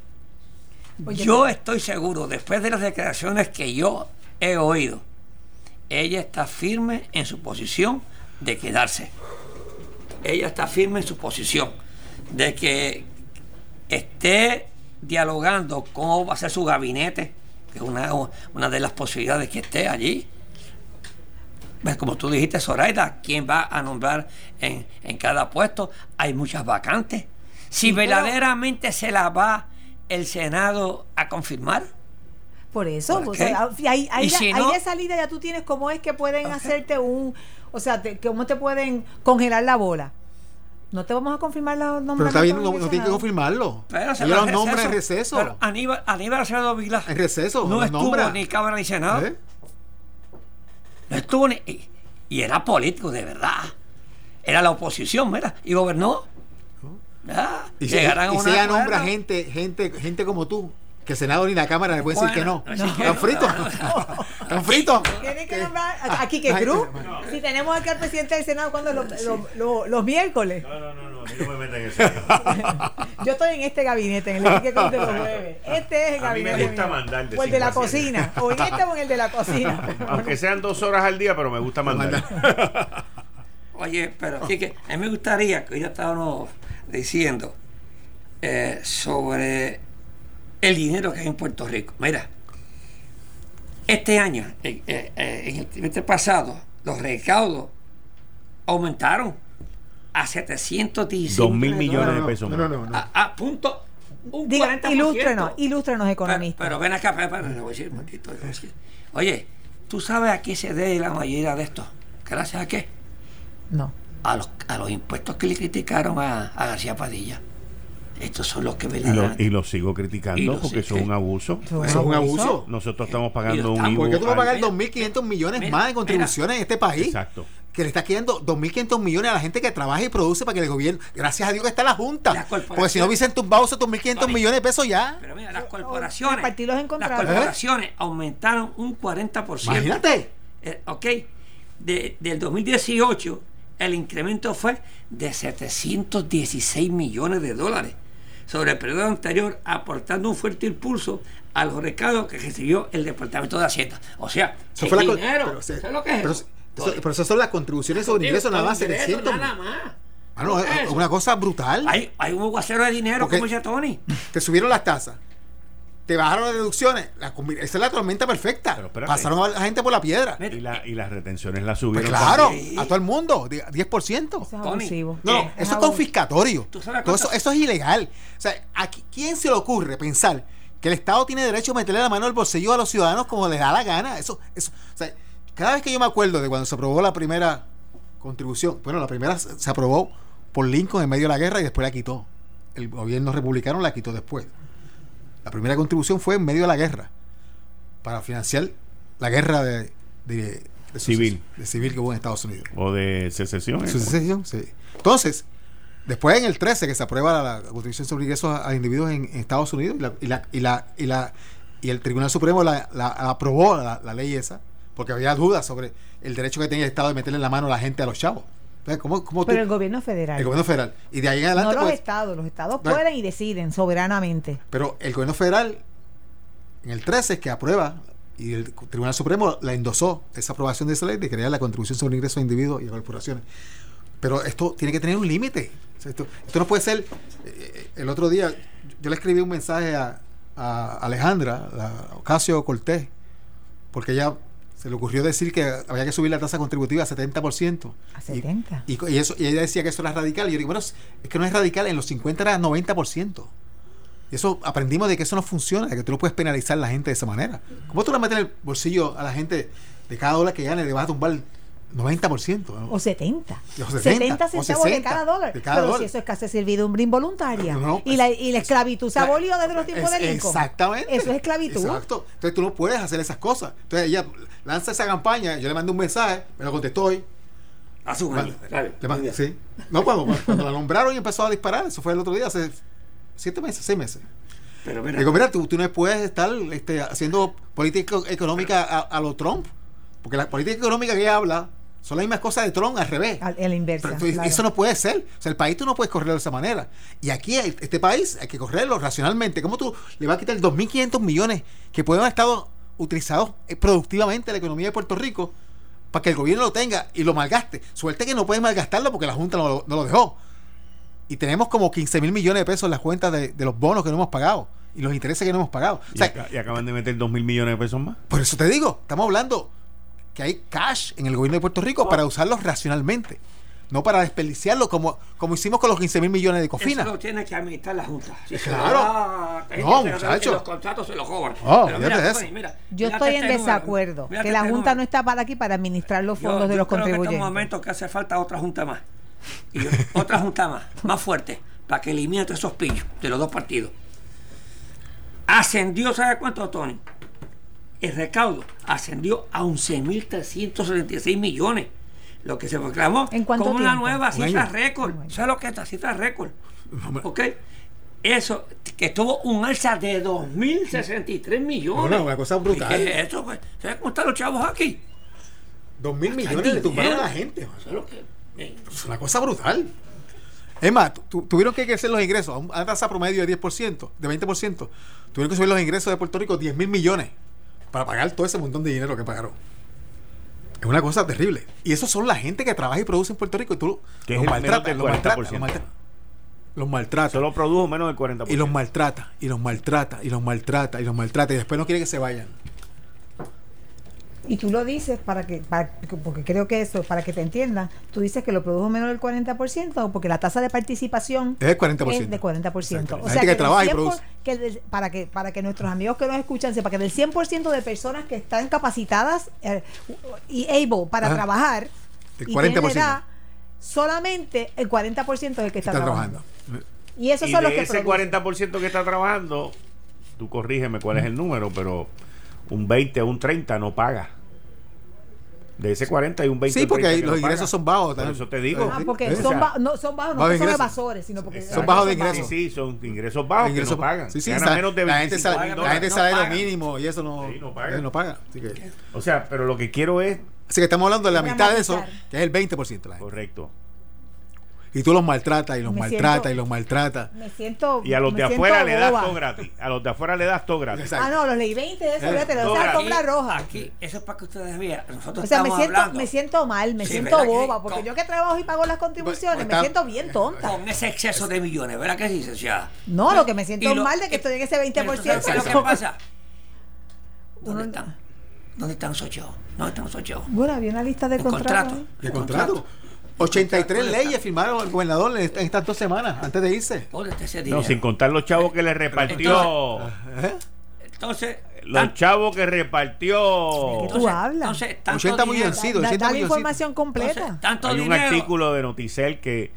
Yo estoy seguro, después de las declaraciones que yo he oído, ella está firme en su posición de quedarse. Ella está firme en su posición de que esté dialogando cómo va a ser su gabinete, que es una de las posibilidades que esté allí. Como tú dijiste, Zoraida, ¿quién va a nombrar en cada puesto? Hay muchas vacantes. Si verdaderamente se la va el Senado a confirmar. Por eso, ahí de salida ya tú tienes cómo es que pueden hacerte cómo te pueden congelar la bola. No te vamos a confirmar los nombres. Pero está bien, no tiene que confirmarlo. Yo los nombres en receso. Pero Aníbal Acevedo Vilá en receso. No estuvo ni Cámara ni Senado. No estuvo ni. Y era político, de verdad. Era la oposición, mira, y gobernó. Y si ella nombra gente como tú, que el Senado ni la Cámara le puede decir que no. Están fritos. Están fritos. Tienen que nombrar aquí que Cruz. Si tenemos aquí al presidente del Senado, ¿cuándo? Los miércoles. No me metan en ese. Yo estoy en este gabinete, en el que Cruz de los jueves. Este es el gabinete. A mí me gusta mandar. O el de la cocina. O en este o en el de la cocina. Aunque sean 2 horas al día, pero me gusta mandar. Oye, pero así que a mí me gustaría que ya estábamos diciendo sobre el dinero que hay en Puerto Rico. Mira, este año, en el trimestre pasado, los recaudos aumentaron a 716 2,000 millones de pesos. No. A punto un Diga, 40%. ilústrenos, economista. Pero ven acá, le voy a decir un momentito. Oye, ¿tú sabes a qué se debe la mayoría de esto? ¿Gracias a qué? No. A los impuestos que le criticaron a García Padilla. Estos son los que y lo sigo criticando porque eso es un abuso. Eso es un abuso. Nosotros estamos pagando un IVU. ¿Por qué tú vas a pagar 2.500 millones más en contribuciones en este país? Exacto. Que le está quedando 2.500 millones a la gente que trabaja y produce para que el gobierno, gracias a Dios que está la Junta, porque si no hubiesen tumbado esos 2.500 millones de pesos ya. Pero mira, las corporaciones aumentaron un 40%. Imagínate. Del 2018 el incremento fue de 716 millones de dólares sobre el periodo anterior, aportando un fuerte impulso a los recaudos que recibió el Departamento de Hacienda. O sea, eso fue dinero, eso es lo que es. Pero esas son las contribuciones sobre ingresos, nada más 700. Nada más. Bueno, es una cosa brutal. Hay un aguacero de dinero, porque como dice Tony. Te subieron las tasas, te bajaron las deducciones. Esa es la tormenta perfecta. Pasaron a la gente por la piedra. Y las retenciones las subieron. Pues claro, a todo el mundo, 10%. Eso es abusivo. No, eso es confiscatorio. Eso es ilegal. O sea, ¿quién se le ocurre pensar que el Estado tiene derecho a meterle la mano al bolsillo a los ciudadanos como les da la gana? O sea, cada vez que yo me acuerdo de cuando se aprobó la primera contribución, bueno, la primera se aprobó por Lincoln en medio de la guerra y después la quitó. El gobierno republicano la quitó después. La primera contribución fue en medio de la guerra para financiar la guerra de civil que hubo en Estados Unidos. O de secesión. Secesión, sí. Entonces, después en el 13 que se aprueba la contribución sobre ingresos a individuos en Estados Unidos y el Tribunal Supremo la aprobó la ley esa, porque había dudas sobre el derecho que tenía el Estado de meterle la mano a la gente, a los chavos. Entonces, pero el gobierno federal. El gobierno federal. Y de ahí en adelante. No los estados. Los estados pueden y deciden soberanamente. Pero el gobierno federal, en el 13, es que aprueba, y el Tribunal Supremo la endosó, esa aprobación de esa ley de crear la contribución sobre ingresos a individuos y a corporaciones. Pero esto tiene que tener un límite. O sea, esto no puede ser. El otro día, yo le escribí un mensaje a Alejandra, a Ocasio-Cortez, porque ella se le ocurrió decir que había que subir la tasa contributiva a 70%. ¿A 70%? Y ella decía que eso era radical. Y yo digo, bueno, es que no es radical. En los 50 era 90%. Y eso aprendimos de que eso no funciona, de que tú no puedes penalizar a la gente de esa manera. ¿Cómo tú le metes en el bolsillo a la gente de cada dólar que gane le vas a tumbar 90%? ¿no? O 70. 70 centavos de cada dólar. Pero si eso es casi servidumbre involuntaria. Y la esclavitud se abolió desde los tiempos de Lincoln. Exactamente. Eso es esclavitud. Exacto. Entonces tú no puedes hacer esas cosas. Entonces ella lanza esa campaña, yo le mandé un mensaje, me lo contestó hoy. Hace un año. Sí. No, cuando la nombraron y empezó a disparar, eso fue el otro día, hace 6 meses. Pero mira, digo, mira, tú no puedes estar haciendo política económica a lo Trump, porque la política económica que ella habla son las mismas cosas de Trump al revés. En la inversa. Claro. Eso no puede ser. O sea, el país tú no puedes correrlo de esa manera. Y aquí, este país, hay que correrlo racionalmente. ¿Cómo tú le vas a quitar 2.500 millones que pueden haber estado utilizados productivamente en la economía de Puerto Rico para que el gobierno lo tenga y lo malgaste? Suerte que no puedes malgastarlo porque la Junta no lo dejó. Y tenemos como 15,000 millones de pesos en las cuentas de los bonos que no hemos pagado y los intereses que no hemos pagado. O sea, y acaban de meter 2,000 millones de pesos más. Por eso te digo, estamos hablando que hay cash en el gobierno de Puerto Rico para usarlos racionalmente, no para desperdiciarlo como hicimos con los 15,000 millones de Cofina. Eso lo tiene que administrar la Junta. Sí, claro. No, muchachos. Los contratos se los cobran. Yo estoy en desacuerdo. Que la Junta no está para aquí para administrar los fondos de los contribuyentes. En este momento que hace falta otra Junta más. Y otra Junta más fuerte, para que elimine todos esos pillos de los dos partidos. Ascendió, ¿sabe cuánto, Tony? El recaudo ascendió a 11.376 millones, lo que se proclamó como una nueva cifra récord. ¿Sabes lo que es esta cifra récord? ¿Ok? eso, que tuvo un alza de 2.063 millones. Una cosa brutal. ¿Qué es eso? Pues? ¿Sabes cómo están los chavos aquí? 2.000 millones le tumbaron a la gente. Eso es lo que... Es una cosa brutal. Es más, tuvieron que crecer los ingresos a una tasa promedio de 10%, de 20%. Tuvieron que subir los ingresos de Puerto Rico 10.000 millones para pagar todo ese montón de dinero que pagaron. Es una cosa terrible. Y esos son la gente que trabaja y produce en Puerto Rico y tú los maltratas. Los maltrata. Solo produjo menos del 40%. Y los maltrata, y los maltrata, y los maltrata, y los maltrata. Y después no quiere que se vayan. Y tú lo dices porque creo que eso, para que te entiendan, tú dices que lo produjo menos del 40% porque la tasa de participación es del 40%. Es de 40%. O sea, que trabaja y produce. Para que nuestros amigos que nos escuchan sepan que del 100% de personas que están capacitadas y able para trabajar, el 40%. Y tienen edad, solamente el 40% es el que está trabajando. Y esos son los que ese producen. 40% que está trabajando, tú corrígeme cuál es el número, pero un 20 o un 30 no paga. De ese 40 hay un 20. Sí, porque ahí los ingresos son bajos. Por eso te digo. Porque son bajos, no son evasores, sino porque son bajos de ingresos. Sí, son ingresos bajos que no pagan. Sí, menos de la gente sale lo mínimo y eso no paga. Así que, o sea, pero lo que quiero es... Así que estamos hablando de la mitad de eso, que es el 20% de la gente. Correcto. Y tú los maltratas y los maltratas y los maltratas. Y a los de afuera le das todo gratis. A los de afuera le das todo gratis. Exacto. Los leí 20 de eso, fíjate, lo dejas comprar roja. Aquí, eso es para que ustedes vean. Nosotros o sea, hablando. me siento mal, me siento boba, porque yo que trabajo y pago las contribuciones, me siento bien tonta. Con ese exceso de millones, ¿verdad que sí, ya? No, lo que me siento mal de que estoy en ese 20%. ¿Sabes lo que pasa? ¿Dónde están? ¿Dónde están esos chavos? ¿Dónde están esos chavos? Bueno, había una lista de contratos. ¿De contrato? 83 leyes firmaron el gobernador en estas 2 semanas antes de irse. No, sin contar los chavos que le repartió. Entonces, los chavos que repartió. ¿De qué tú hablas? 80 milloncitos. Da la información completa. Hay un artículo de Noticel que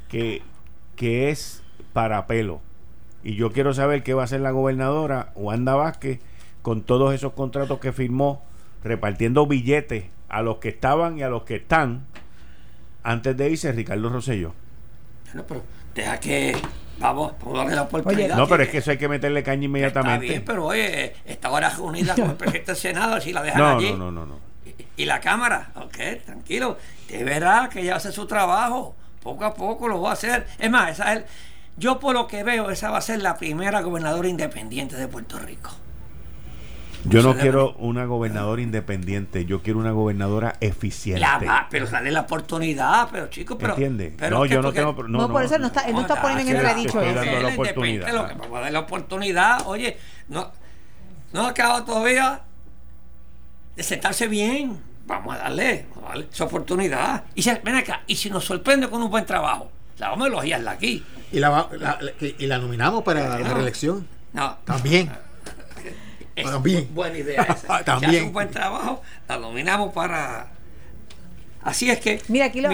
es para pelo. Y yo quiero saber qué va a hacer la gobernadora Wanda Vázquez con todos esos contratos que firmó, repartiendo billetes a los que estaban y a los que están. Antes de irse Ricardo Rosselló. Bueno, pero deja que vamos a darle la oportunidad. No, pero es que eso hay que meterle caña inmediatamente. Está bien, pero oye, está ahora reunida con el presidente del Senado, si la dejan allí. No. Y la Cámara, ok, tranquilo. Te verá que ella hace su trabajo. Poco a poco lo va a hacer. Es más, yo por lo que veo, esa va a ser la primera gobernadora independiente de Puerto Rico. Yo no quiero una gobernadora independiente, yo quiero una gobernadora eficiente. Pero dale la oportunidad, pero chicos, pero... ¿Entiendes? No, yo no tengo... No, por eso él no está poniendo en entredicho. Estoy dando la oportunidad. Lo que vamos a dar la oportunidad, oye, no ha acabado todavía de sentarse bien. Vamos a darle esa oportunidad. Ven acá, y si nos sorprende con un buen trabajo, la vamos a elogiarla aquí. Y la nominamos para la reelección. No. También. También. Buena idea esa. También. Si hace un buen trabajo, la nominamos para... Así es que... Mira, aquí al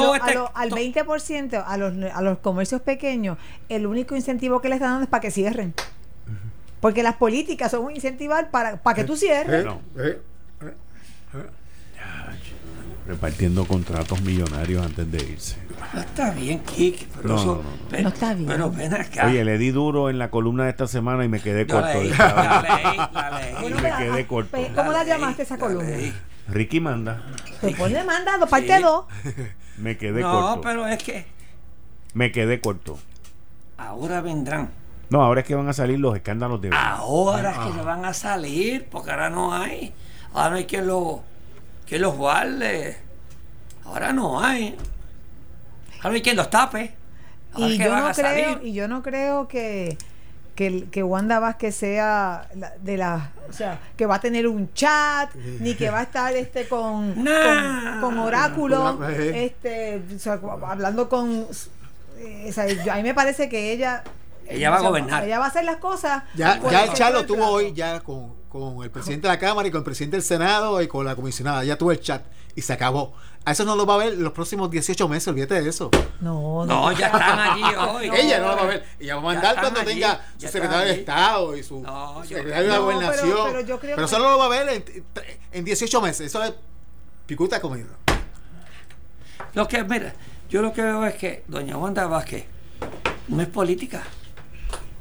20%, a los comercios pequeños, el único incentivo que le están dando es para que cierren. Porque las políticas son un incentivar para que tú cierres. Repartiendo contratos millonarios antes de irse. No está bien, Kike, pero no está bien. Pero ven acá. Oye, le di duro en la columna de esta semana y me quedé corto. La leí. Bueno, me quedé corto. ¿Cómo la llamaste esa columna? Ricky manda. Te pone manda, parte 2. Me quedé corto. No, pero es que... Me quedé corto. Ahora vendrán. No, ahora es que van a salir los escándalos de... Ahora es que se van a salir, porque ahora no hay. Ahora no hay quien los guarde. Ahora no hay. Ahora no hay quien los tape. Y yo no creo que Wanda Vázquez sea o sea, que va a tener un chat, ni que va a estar con Oráculo, o sea, hablando con... a mí me parece que ella va a gobernar. Ella va a hacer las cosas. Ya el chat lo tuvo hoy ya con el presidente de la Cámara y con el presidente del Senado y con la comisionada. Ya tuvo el chat y se acabó. A eso no lo va a ver los próximos 18 meses, olvídate de eso. No, ya están allí hoy. Ella no lo va a ver. Ella va a mandar cuando tenga su secretario de Estado y su secretario de la gobernación. Pero solo lo va a ver en 18 meses. Eso es picuta comida. Mira, yo lo que veo es que doña Wanda Vázquez no es política.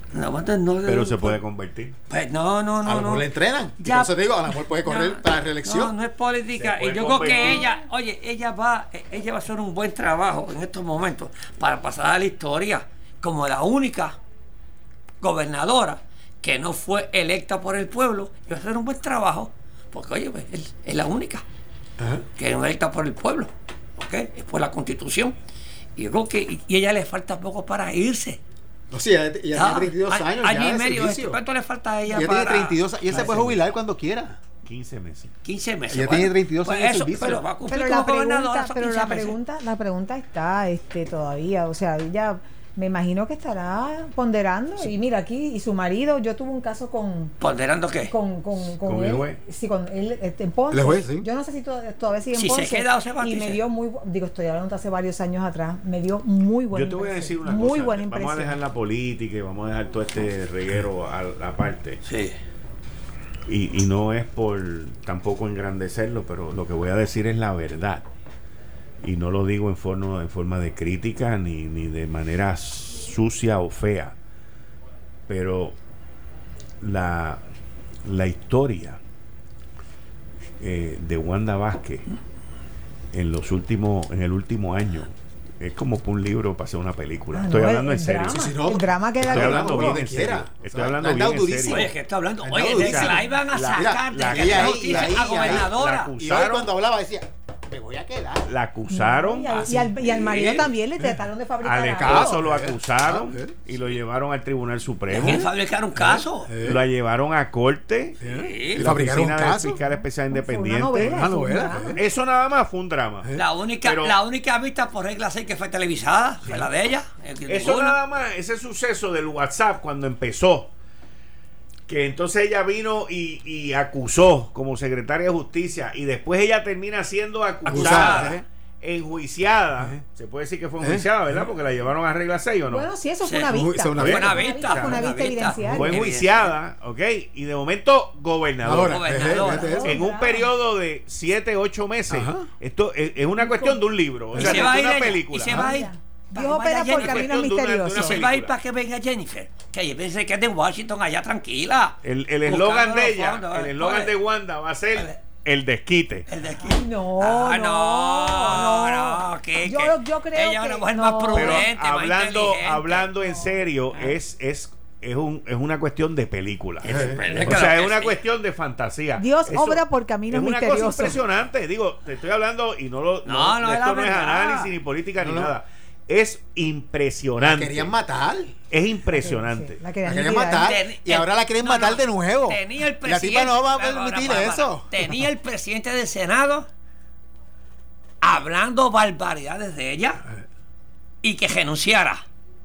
Pero se puede convertir. Pues no. A lo mejor le entrenan. Ya. Por eso digo, a lo mejor puede correr para la reelección. No es política. Y yo creo que ella va a hacer un buen trabajo en estos momentos para pasar a la historia como la única gobernadora que no fue electa por el pueblo. Y va a hacer un buen trabajo porque, oye, pues, es la única que no es electa por el pueblo. ¿Ok? Es por la Constitución. Y yo creo que y ella le falta poco para irse. No, sí, ella tiene 32 años. Año ya y de medio. servicio. ¿Cuánto le falta a ella? Ella tiene 32 y ella se puede jubilar cuando quiera. 15 meses. 15 meses. Ella tiene 32 años de servicio. Pero va a cumplir Pero como gobernadora esos 15 meses. la pregunta está todavía, o sea, ella me imagino que estará ponderando. Sí. Y mira, aquí, y su marido, yo tuve un caso con... ¿Ponderando qué? Con el juez. Sí, con él, en Ponce. El juez, sí. Yo no sé si todavía sigue en si Ponce. se queda o se va. Y me dio estoy hablando de hace varios años atrás, me dio muy buena impresión. Yo te voy a decir una muy cosa. Buena impresión. Vamos a dejar la política y vamos a dejar todo este reguero aparte. Sí. Y no es por tampoco engrandecerlo, pero lo que voy a decir es la verdad. Y no lo digo en forma de crítica ni de manera sucia o fea. Pero la historia de Wanda Vázquez en el último año es como para un libro para hacer una película. Estoy hablando en serio. El drama que estoy hablando bien en serio. Estoy hablando bien en serio. Oye, que está hablando. Oye, de que la iban a sacar de la gobernadora. La acusaron. Y cuando hablaba decía, me voy a quedar. La acusaron. Y al marido también le trataron de fabricar. Al esposo lo acusaron y lo llevaron al Tribunal Supremo. ¿Quién fabricaron caso? La llevaron a corte. Y La fabricaron un Oficina del caso. Fiscal Especial Independiente. Una novela. Eso nada más fue un drama. La única vista por regla 6 que fue televisada fue la de ella. Eso nada más, ese suceso del WhatsApp cuando empezó, que entonces ella vino y acusó como secretaria de Justicia y después ella termina siendo acusada, enjuiciada. Se puede decir que fue enjuiciada, ¿verdad? Porque la llevaron a regla 6 o no. Bueno, sí, eso fue una vista. Fue una vista. Fue una vista evidencial. Fue enjuiciada, ¿ok? Y de momento gobernadora. En un periodo de 7, 8 meses. Esto es una cuestión de un libro. O sea, se va a ir una película. Y se va a ir. Dios opera por caminos misteriosos. Se va a ir para que venga Jennifer, que yo pensé que es de Washington allá tranquila. El eslogan de ella, el eslogan de Wanda va a ser el desquite. El desquite. No, que yo creo ella es que una mujer no. más prudente, Pero más inteligente. hablando en serio, es una cuestión de película. Claro O sea, es que una sí. cuestión de fantasía. Dios obra por caminos es una misteriosos. cosa impresionante. Digo, te estoy hablando y No, esto es no la es verdad. análisis ni política ni nada. Es impresionante. La querían matar. Es impresionante. Sí, La querían matar. Y ahora la quieren matar de nuevo. Tenía el La presidente. tipa no va a permitir eso. Tenía el presidente del Senado hablando barbaridades de ella y que renunciara.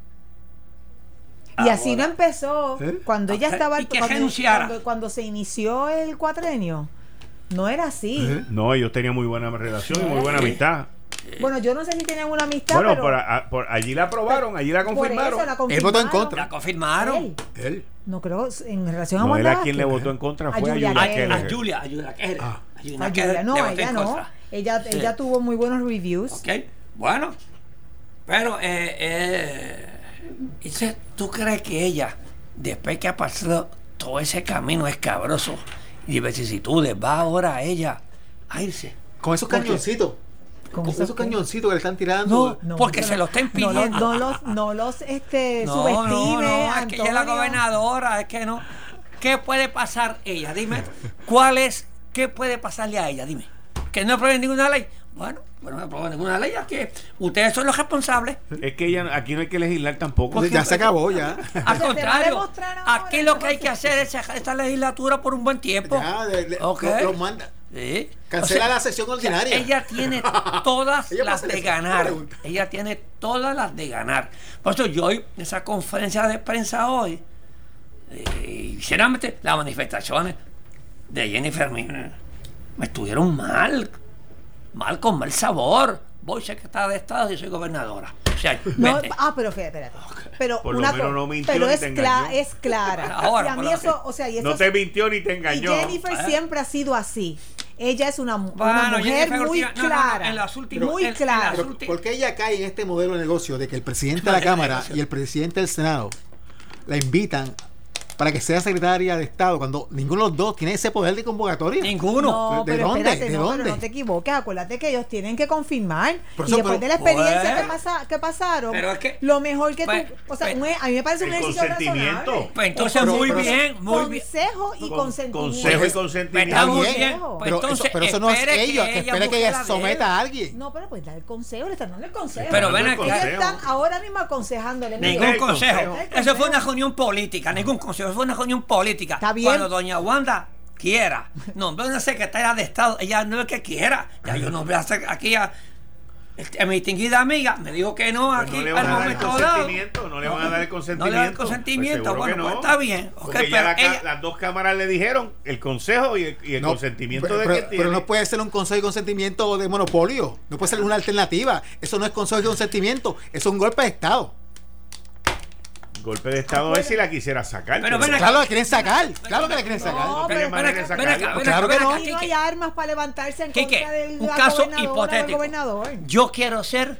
Y así no empezó cuando ella estaba Y que renunciara. cuando se inició el cuatrenio. No era así. No, ellos tenían muy buena relación y muy buena amistad. Bueno, yo no sé si tenían una amistad, Bueno, pero por allí la aprobaron, allí la confirmaron. por eso la Él votó en confirmaron. contra. La confirmaron. Él. No creo, en relación a No, él Wanda a quien le Vázquez. votó en contra A fue a Julia Julia Keller. A Keller. Julia Keller. A Julia Julia, Keller no, le votó ella en no. contra. Ella tuvo muy buenos reviews. Ok, bueno. Pero, ¿tú crees que ella, después que ha pasado todo ese camino escabroso y vicisitudes, va ahora ella a irse? Con esos cañoncitos. Con esos cañoncitos que le están tirando. No, porque no, se lo está impidiendo. No los subestime, No, es que ella es la Antonio. gobernadora, es que no. ¿Qué puede pasar ella? Dime, ¿qué puede pasarle a ella? Dime. ¿Que no aprueben ninguna ley? Bueno, no aprueben ninguna ley, es que ustedes son los responsables. Es que aquí no hay que legislar tampoco. Ya se acabó, ya. Al te va a contrario, demostrar ahora aquí lo que hay que hacer es dejar esta legislatura por un buen tiempo. Ya, Ok. los manda. Sí. Cancela la sesión ordinaria. Ella tiene todas Ella las puede de hacer esa ganar. pregunta. Ella tiene todas las de ganar. Por eso yo hoy, en esa conferencia de prensa hoy, sinceramente, las manifestaciones de Jennifer me estuvieron mal con mal sabor. Voy secretaria de Estado y soy gobernadora. O sea, No, vete. pero espérate. Pero Por lo una menos co- no mintió pero ni es, te engañó. es clara. Ahora, y a mí por lo eso, o sea, y eso No te mintió ni te y engañó. Jennifer siempre ha sido así. Ella es una Bueno, mujer Jennifer muy Ortiz, no, clara. en las últimas- muy en clara. las Pero, ¿por qué ella cae en este modelo de negocio de que el presidente de la Cámara y el presidente del Senado la invitan para que sea secretaria de Estado cuando ninguno de los dos tiene ese poder de convocatoria? Ninguno. No, ¿De pero dónde? espérate, ¿De no, dónde? pero no te equivoques, acuérdate que ellos tienen que confirmar. Por Y eso, después pero- de la experiencia Pues, que pasaron, pero es que- lo mejor que pues, tú, o sea, pues, a mí me parece un el ejercicio consentimiento. razonable. Pues entonces Pero- muy pero- bien, muy bien. Consejo y consentimiento. Consejo y Pues consentimiento. está muy bien, bien. pero Pues entonces, pero eso no es espere ellos, que espere que busque ella la de someta él. a alguien. No, pero pues da el consejo, le están dando el consejo. Pero ven Dando el acá. Ellos están ahora mismo aconsejándole. mira, Ningún El consejo. consejo. Eso fue una reunión política, ningún consejo, eso fue una reunión política. Está bien. Cuando doña Wanda quiera nombre una secretaria de Estado, ella no es que quiera. Ya yo nombré aquí a mi distinguida amiga, me dijo que no Pues aquí no le al van a dar el momento dado. consentimiento, no le van a dar el consentimiento. No le dan el consentimiento, Pues seguro bueno, que pues está bien. Porque Ok, ya pero la ella- las dos cámaras le dijeron el consejo y el No, consentimiento pero, de pero- que pero tiene. no puede ser un consejo y consentimiento de monopolio. No puede ser una alternativa. Eso no es consejo y consentimiento. Eso es un golpe de Estado. Golpe de Estado es si la quisiera sacar. Pero ven acá. Claro, la quieren sacar. Claro que la quieren sacar. No, no pero tiene manera de sacarla. Claro que no. aquí no hay armas para levantarse en Quique, contra del un caso gobernadora o del hipotético. gobernador. Yo quiero ser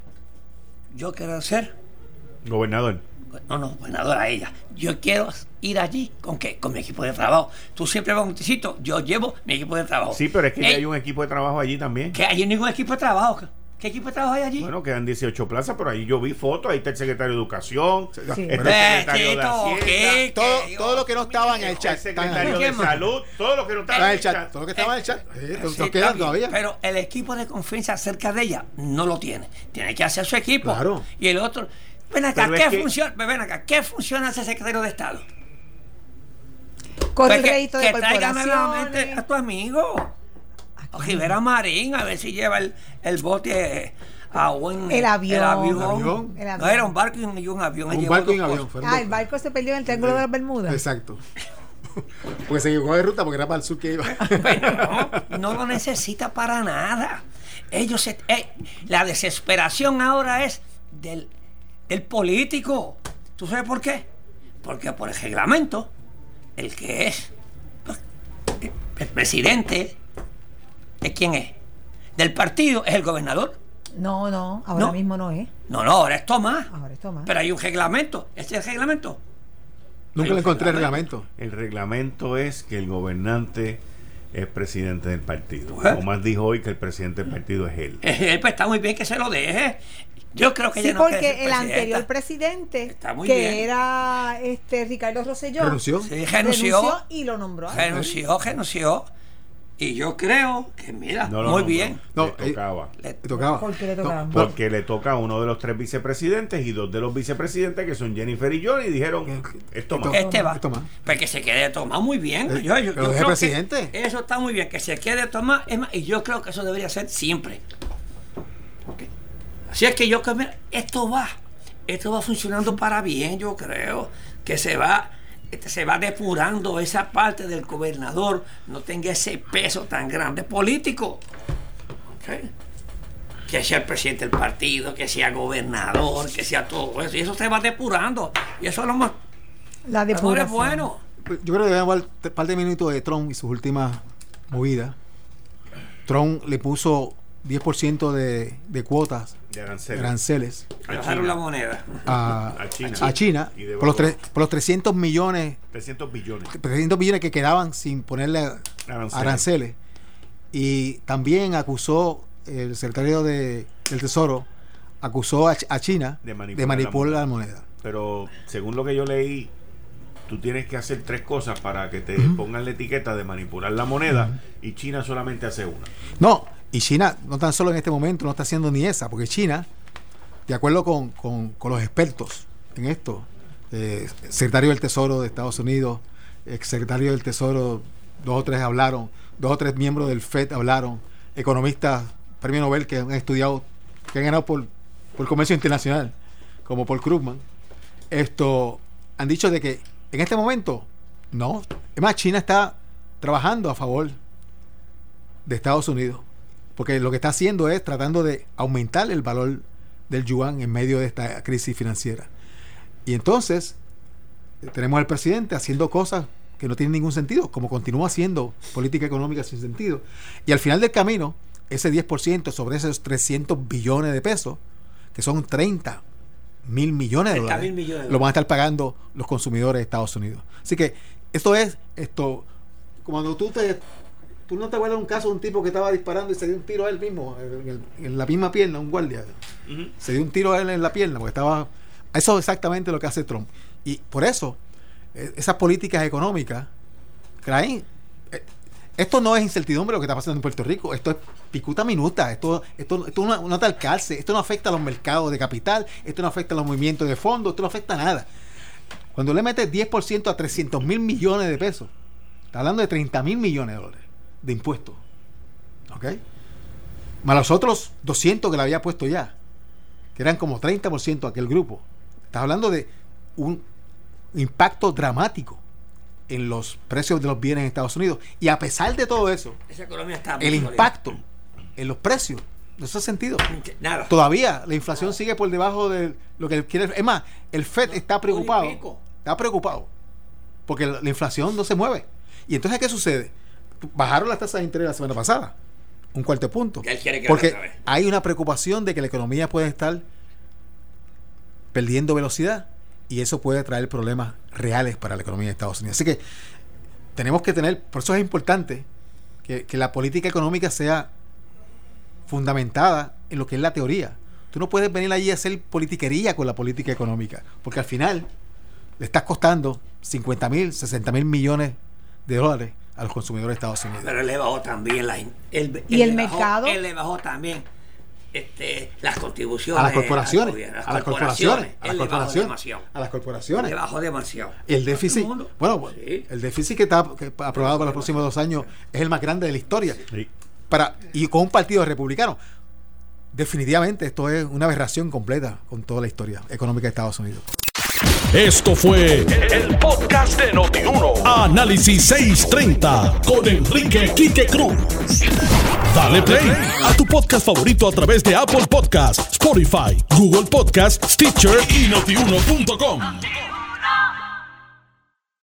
Gobernador. no, gobernadora a ella. Yo quiero ir allí con qué, con mi equipo de trabajo. Tú siempre vas a un sitio, yo llevo mi equipo de trabajo. Sí, pero es que ya Ey, hay un equipo de trabajo allí también. que hay ningún equipo de trabajo. ¿Qué equipo de trabajo hay allí? Bueno, quedan 18 plazas, pero ahí yo vi fotos. Ahí está el secretario de Educación, Sí. está el secretario de Hacienda, Todo lo que no estaba en el el chat. secretario ¿Qué de más? Salud, todo lo que no estaba Está en en el chat. Todo lo que estaba en el chat. Sí, Nos está quedan bien, todavía. pero el equipo de confianza acerca de ella no lo tiene. Tiene que hacer su equipo. Claro. Y el otro. Ven acá, Pero es que- ¿qué funciona ese secretario de Estado? Con Pues el crédito de que traigan nuevamente corporaciones. a tu amigo. A Rivera Marín, a ver si lleva el bote a un. El avión. El avión. El avión. No era un barco y un avión. Él Un llevó barco y un dos avión. cosas. fueron Ah, dos. el barco se perdió en el Triángulo de las Bermudas. Exacto. Porque se equivocó de ruta porque era para el sur que iba. Pero no lo necesita para nada. La desesperación ahora es del político. ¿Tú sabes por qué? Porque por el reglamento, el que es pues, el presidente, ¿de quién es? Del partido es el gobernador. No, ahora No. mismo no es. No, ahora es Tomás. Ahora es Tomás. Pero hay un reglamento. ¿Este es el reglamento? Nunca le encontré el reglamento. El reglamento es que el gobernante es presidente del partido. Bueno. Tomás dijo hoy que el presidente del partido es él. Pues está muy bien que se lo deje. Yo creo que Sí, ella no quiere ser porque el anterior presidenta. presidente, Está muy que bien. era Ricardo Rosselló, Renunció. Sí, renunció. y lo nombró. Renunció. Y yo creo que, mira, No lo muy nombró. bien. No, Le tocaba. Le- Le tocaba. ¿Por qué le tocaba? No, Porque le toca a uno de los 3 vicepresidentes y 2 de los vicepresidentes que son Jennifer y John y dijeron, esto más. Este va. Tomás. Pues que se quede Tomás muy bien. Pero Yo deje creo que presidente. eso está muy bien. Que se quede Tomás. Es más, y yo creo que eso debería ser siempre. Ok. Así es que yo creo que esto va funcionando para bien, yo creo. Que se va depurando esa parte del gobernador, no tenga ese peso tan grande político. Ok. Que sea el presidente del partido, que sea gobernador, que sea todo eso. Y eso se va depurando. Y eso es lo más La mejor depuración. es bueno. Yo creo que debemos hablar un par de minutos de Trump y sus últimas movidas. Trump le puso 10% de cuotas, De de aranceles. aranceles Bajaron la moneda. a A China Y de por los, valor. por los 300 millones 300 billones. que quedaban sin ponerle aranceles. Y también acusó el secretario del Tesoro, acusó a China De de manipular manipular la moneda. Pero según lo que yo leí, tú tienes que hacer 3 cosas para que te pongan la etiqueta de manipular la moneda y China solamente hace una. No, y China no tan solo en este momento no está haciendo ni esa, porque China, de acuerdo con los expertos en esto, secretario del Tesoro de Estados Unidos, ex secretario del Tesoro, 2 o 3 hablaron, 2 o 3 miembros del FED hablaron, economistas, premio Nobel que han estudiado, que han ganado por comercio internacional, como Paul Krugman, han dicho de que en este momento, no, es más, China está trabajando a favor de Estados Unidos, porque lo que está haciendo es tratando de aumentar el valor del yuan en medio de esta crisis financiera. Y entonces tenemos al presidente haciendo cosas que no tienen ningún sentido, como continúa haciendo política económica sin sentido. Y al final del camino, ese 10% sobre esos 300 billones de pesos, que son 30 $30,000 millones. 30,000 millones. Lo van a estar pagando los consumidores de Estados Unidos. Así que cuando tú no te acuerdas de un caso de un tipo que estaba disparando y se dio un tiro a él mismo en la misma pierna, un guardia. Se dio un tiro a él en la pierna porque estaba... Eso es exactamente lo que hace Trump. Y por eso, esas políticas económicas traen... Esto no es incertidumbre lo que está pasando en Puerto Rico. Esto es picuta minuta. Esto no te alcance. Esto no afecta a los mercados de capital. Esto no afecta a los movimientos de fondos. Esto no afecta a nada. Cuando le metes 10% a $300,000 millones de pesos, está hablando de $30,000 millones de impuestos. ¿Ok? Más los otros 200 que le había puesto ya, que eran como 30% aquel grupo. Estás hablando de un impacto dramático en los precios de los bienes en Estados Unidos. Y a pesar de todo eso, esa economía está el impacto en los precios no se ha sentido. Nada. Todavía la inflación sigue por debajo de lo que quiere. Es más, el FED está preocupado. Está preocupado porque la inflación no se mueve. Y entonces, ¿qué sucede? Bajaron las tasas de interés la semana pasada, un cuarto de punto. Porque hay una preocupación de que la economía puede estar perdiendo velocidad y eso puede traer problemas reales para la economía de Estados Unidos. Así que tenemos que tener, por eso es importante que la política económica sea fundamentada en lo que es la teoría. Tú no puedes venir allí a hacer politiquería con la política económica, porque al final le estás costando 50,000, 60,000 millones de dólares a los consumidores de Estados Unidos. Pero él le bajó también ¿Y el mercado? Él le bajó también las contribuciones a las corporaciones, a las corporaciones. Le bajó demasiado. El déficit, el déficit que está aprobado para los próximos 2 años es el más grande de la historia. Sí. Y con un partido republicano. Definitivamente esto es una aberración completa con toda la historia económica de Estados Unidos. Esto fue el podcast de Noti1. Análisis 630 con Enrique Quique Cruz. Dale play a tu podcast favorito a través de Apple Podcasts, Spotify, Google Podcasts, Stitcher y Notiuno.com.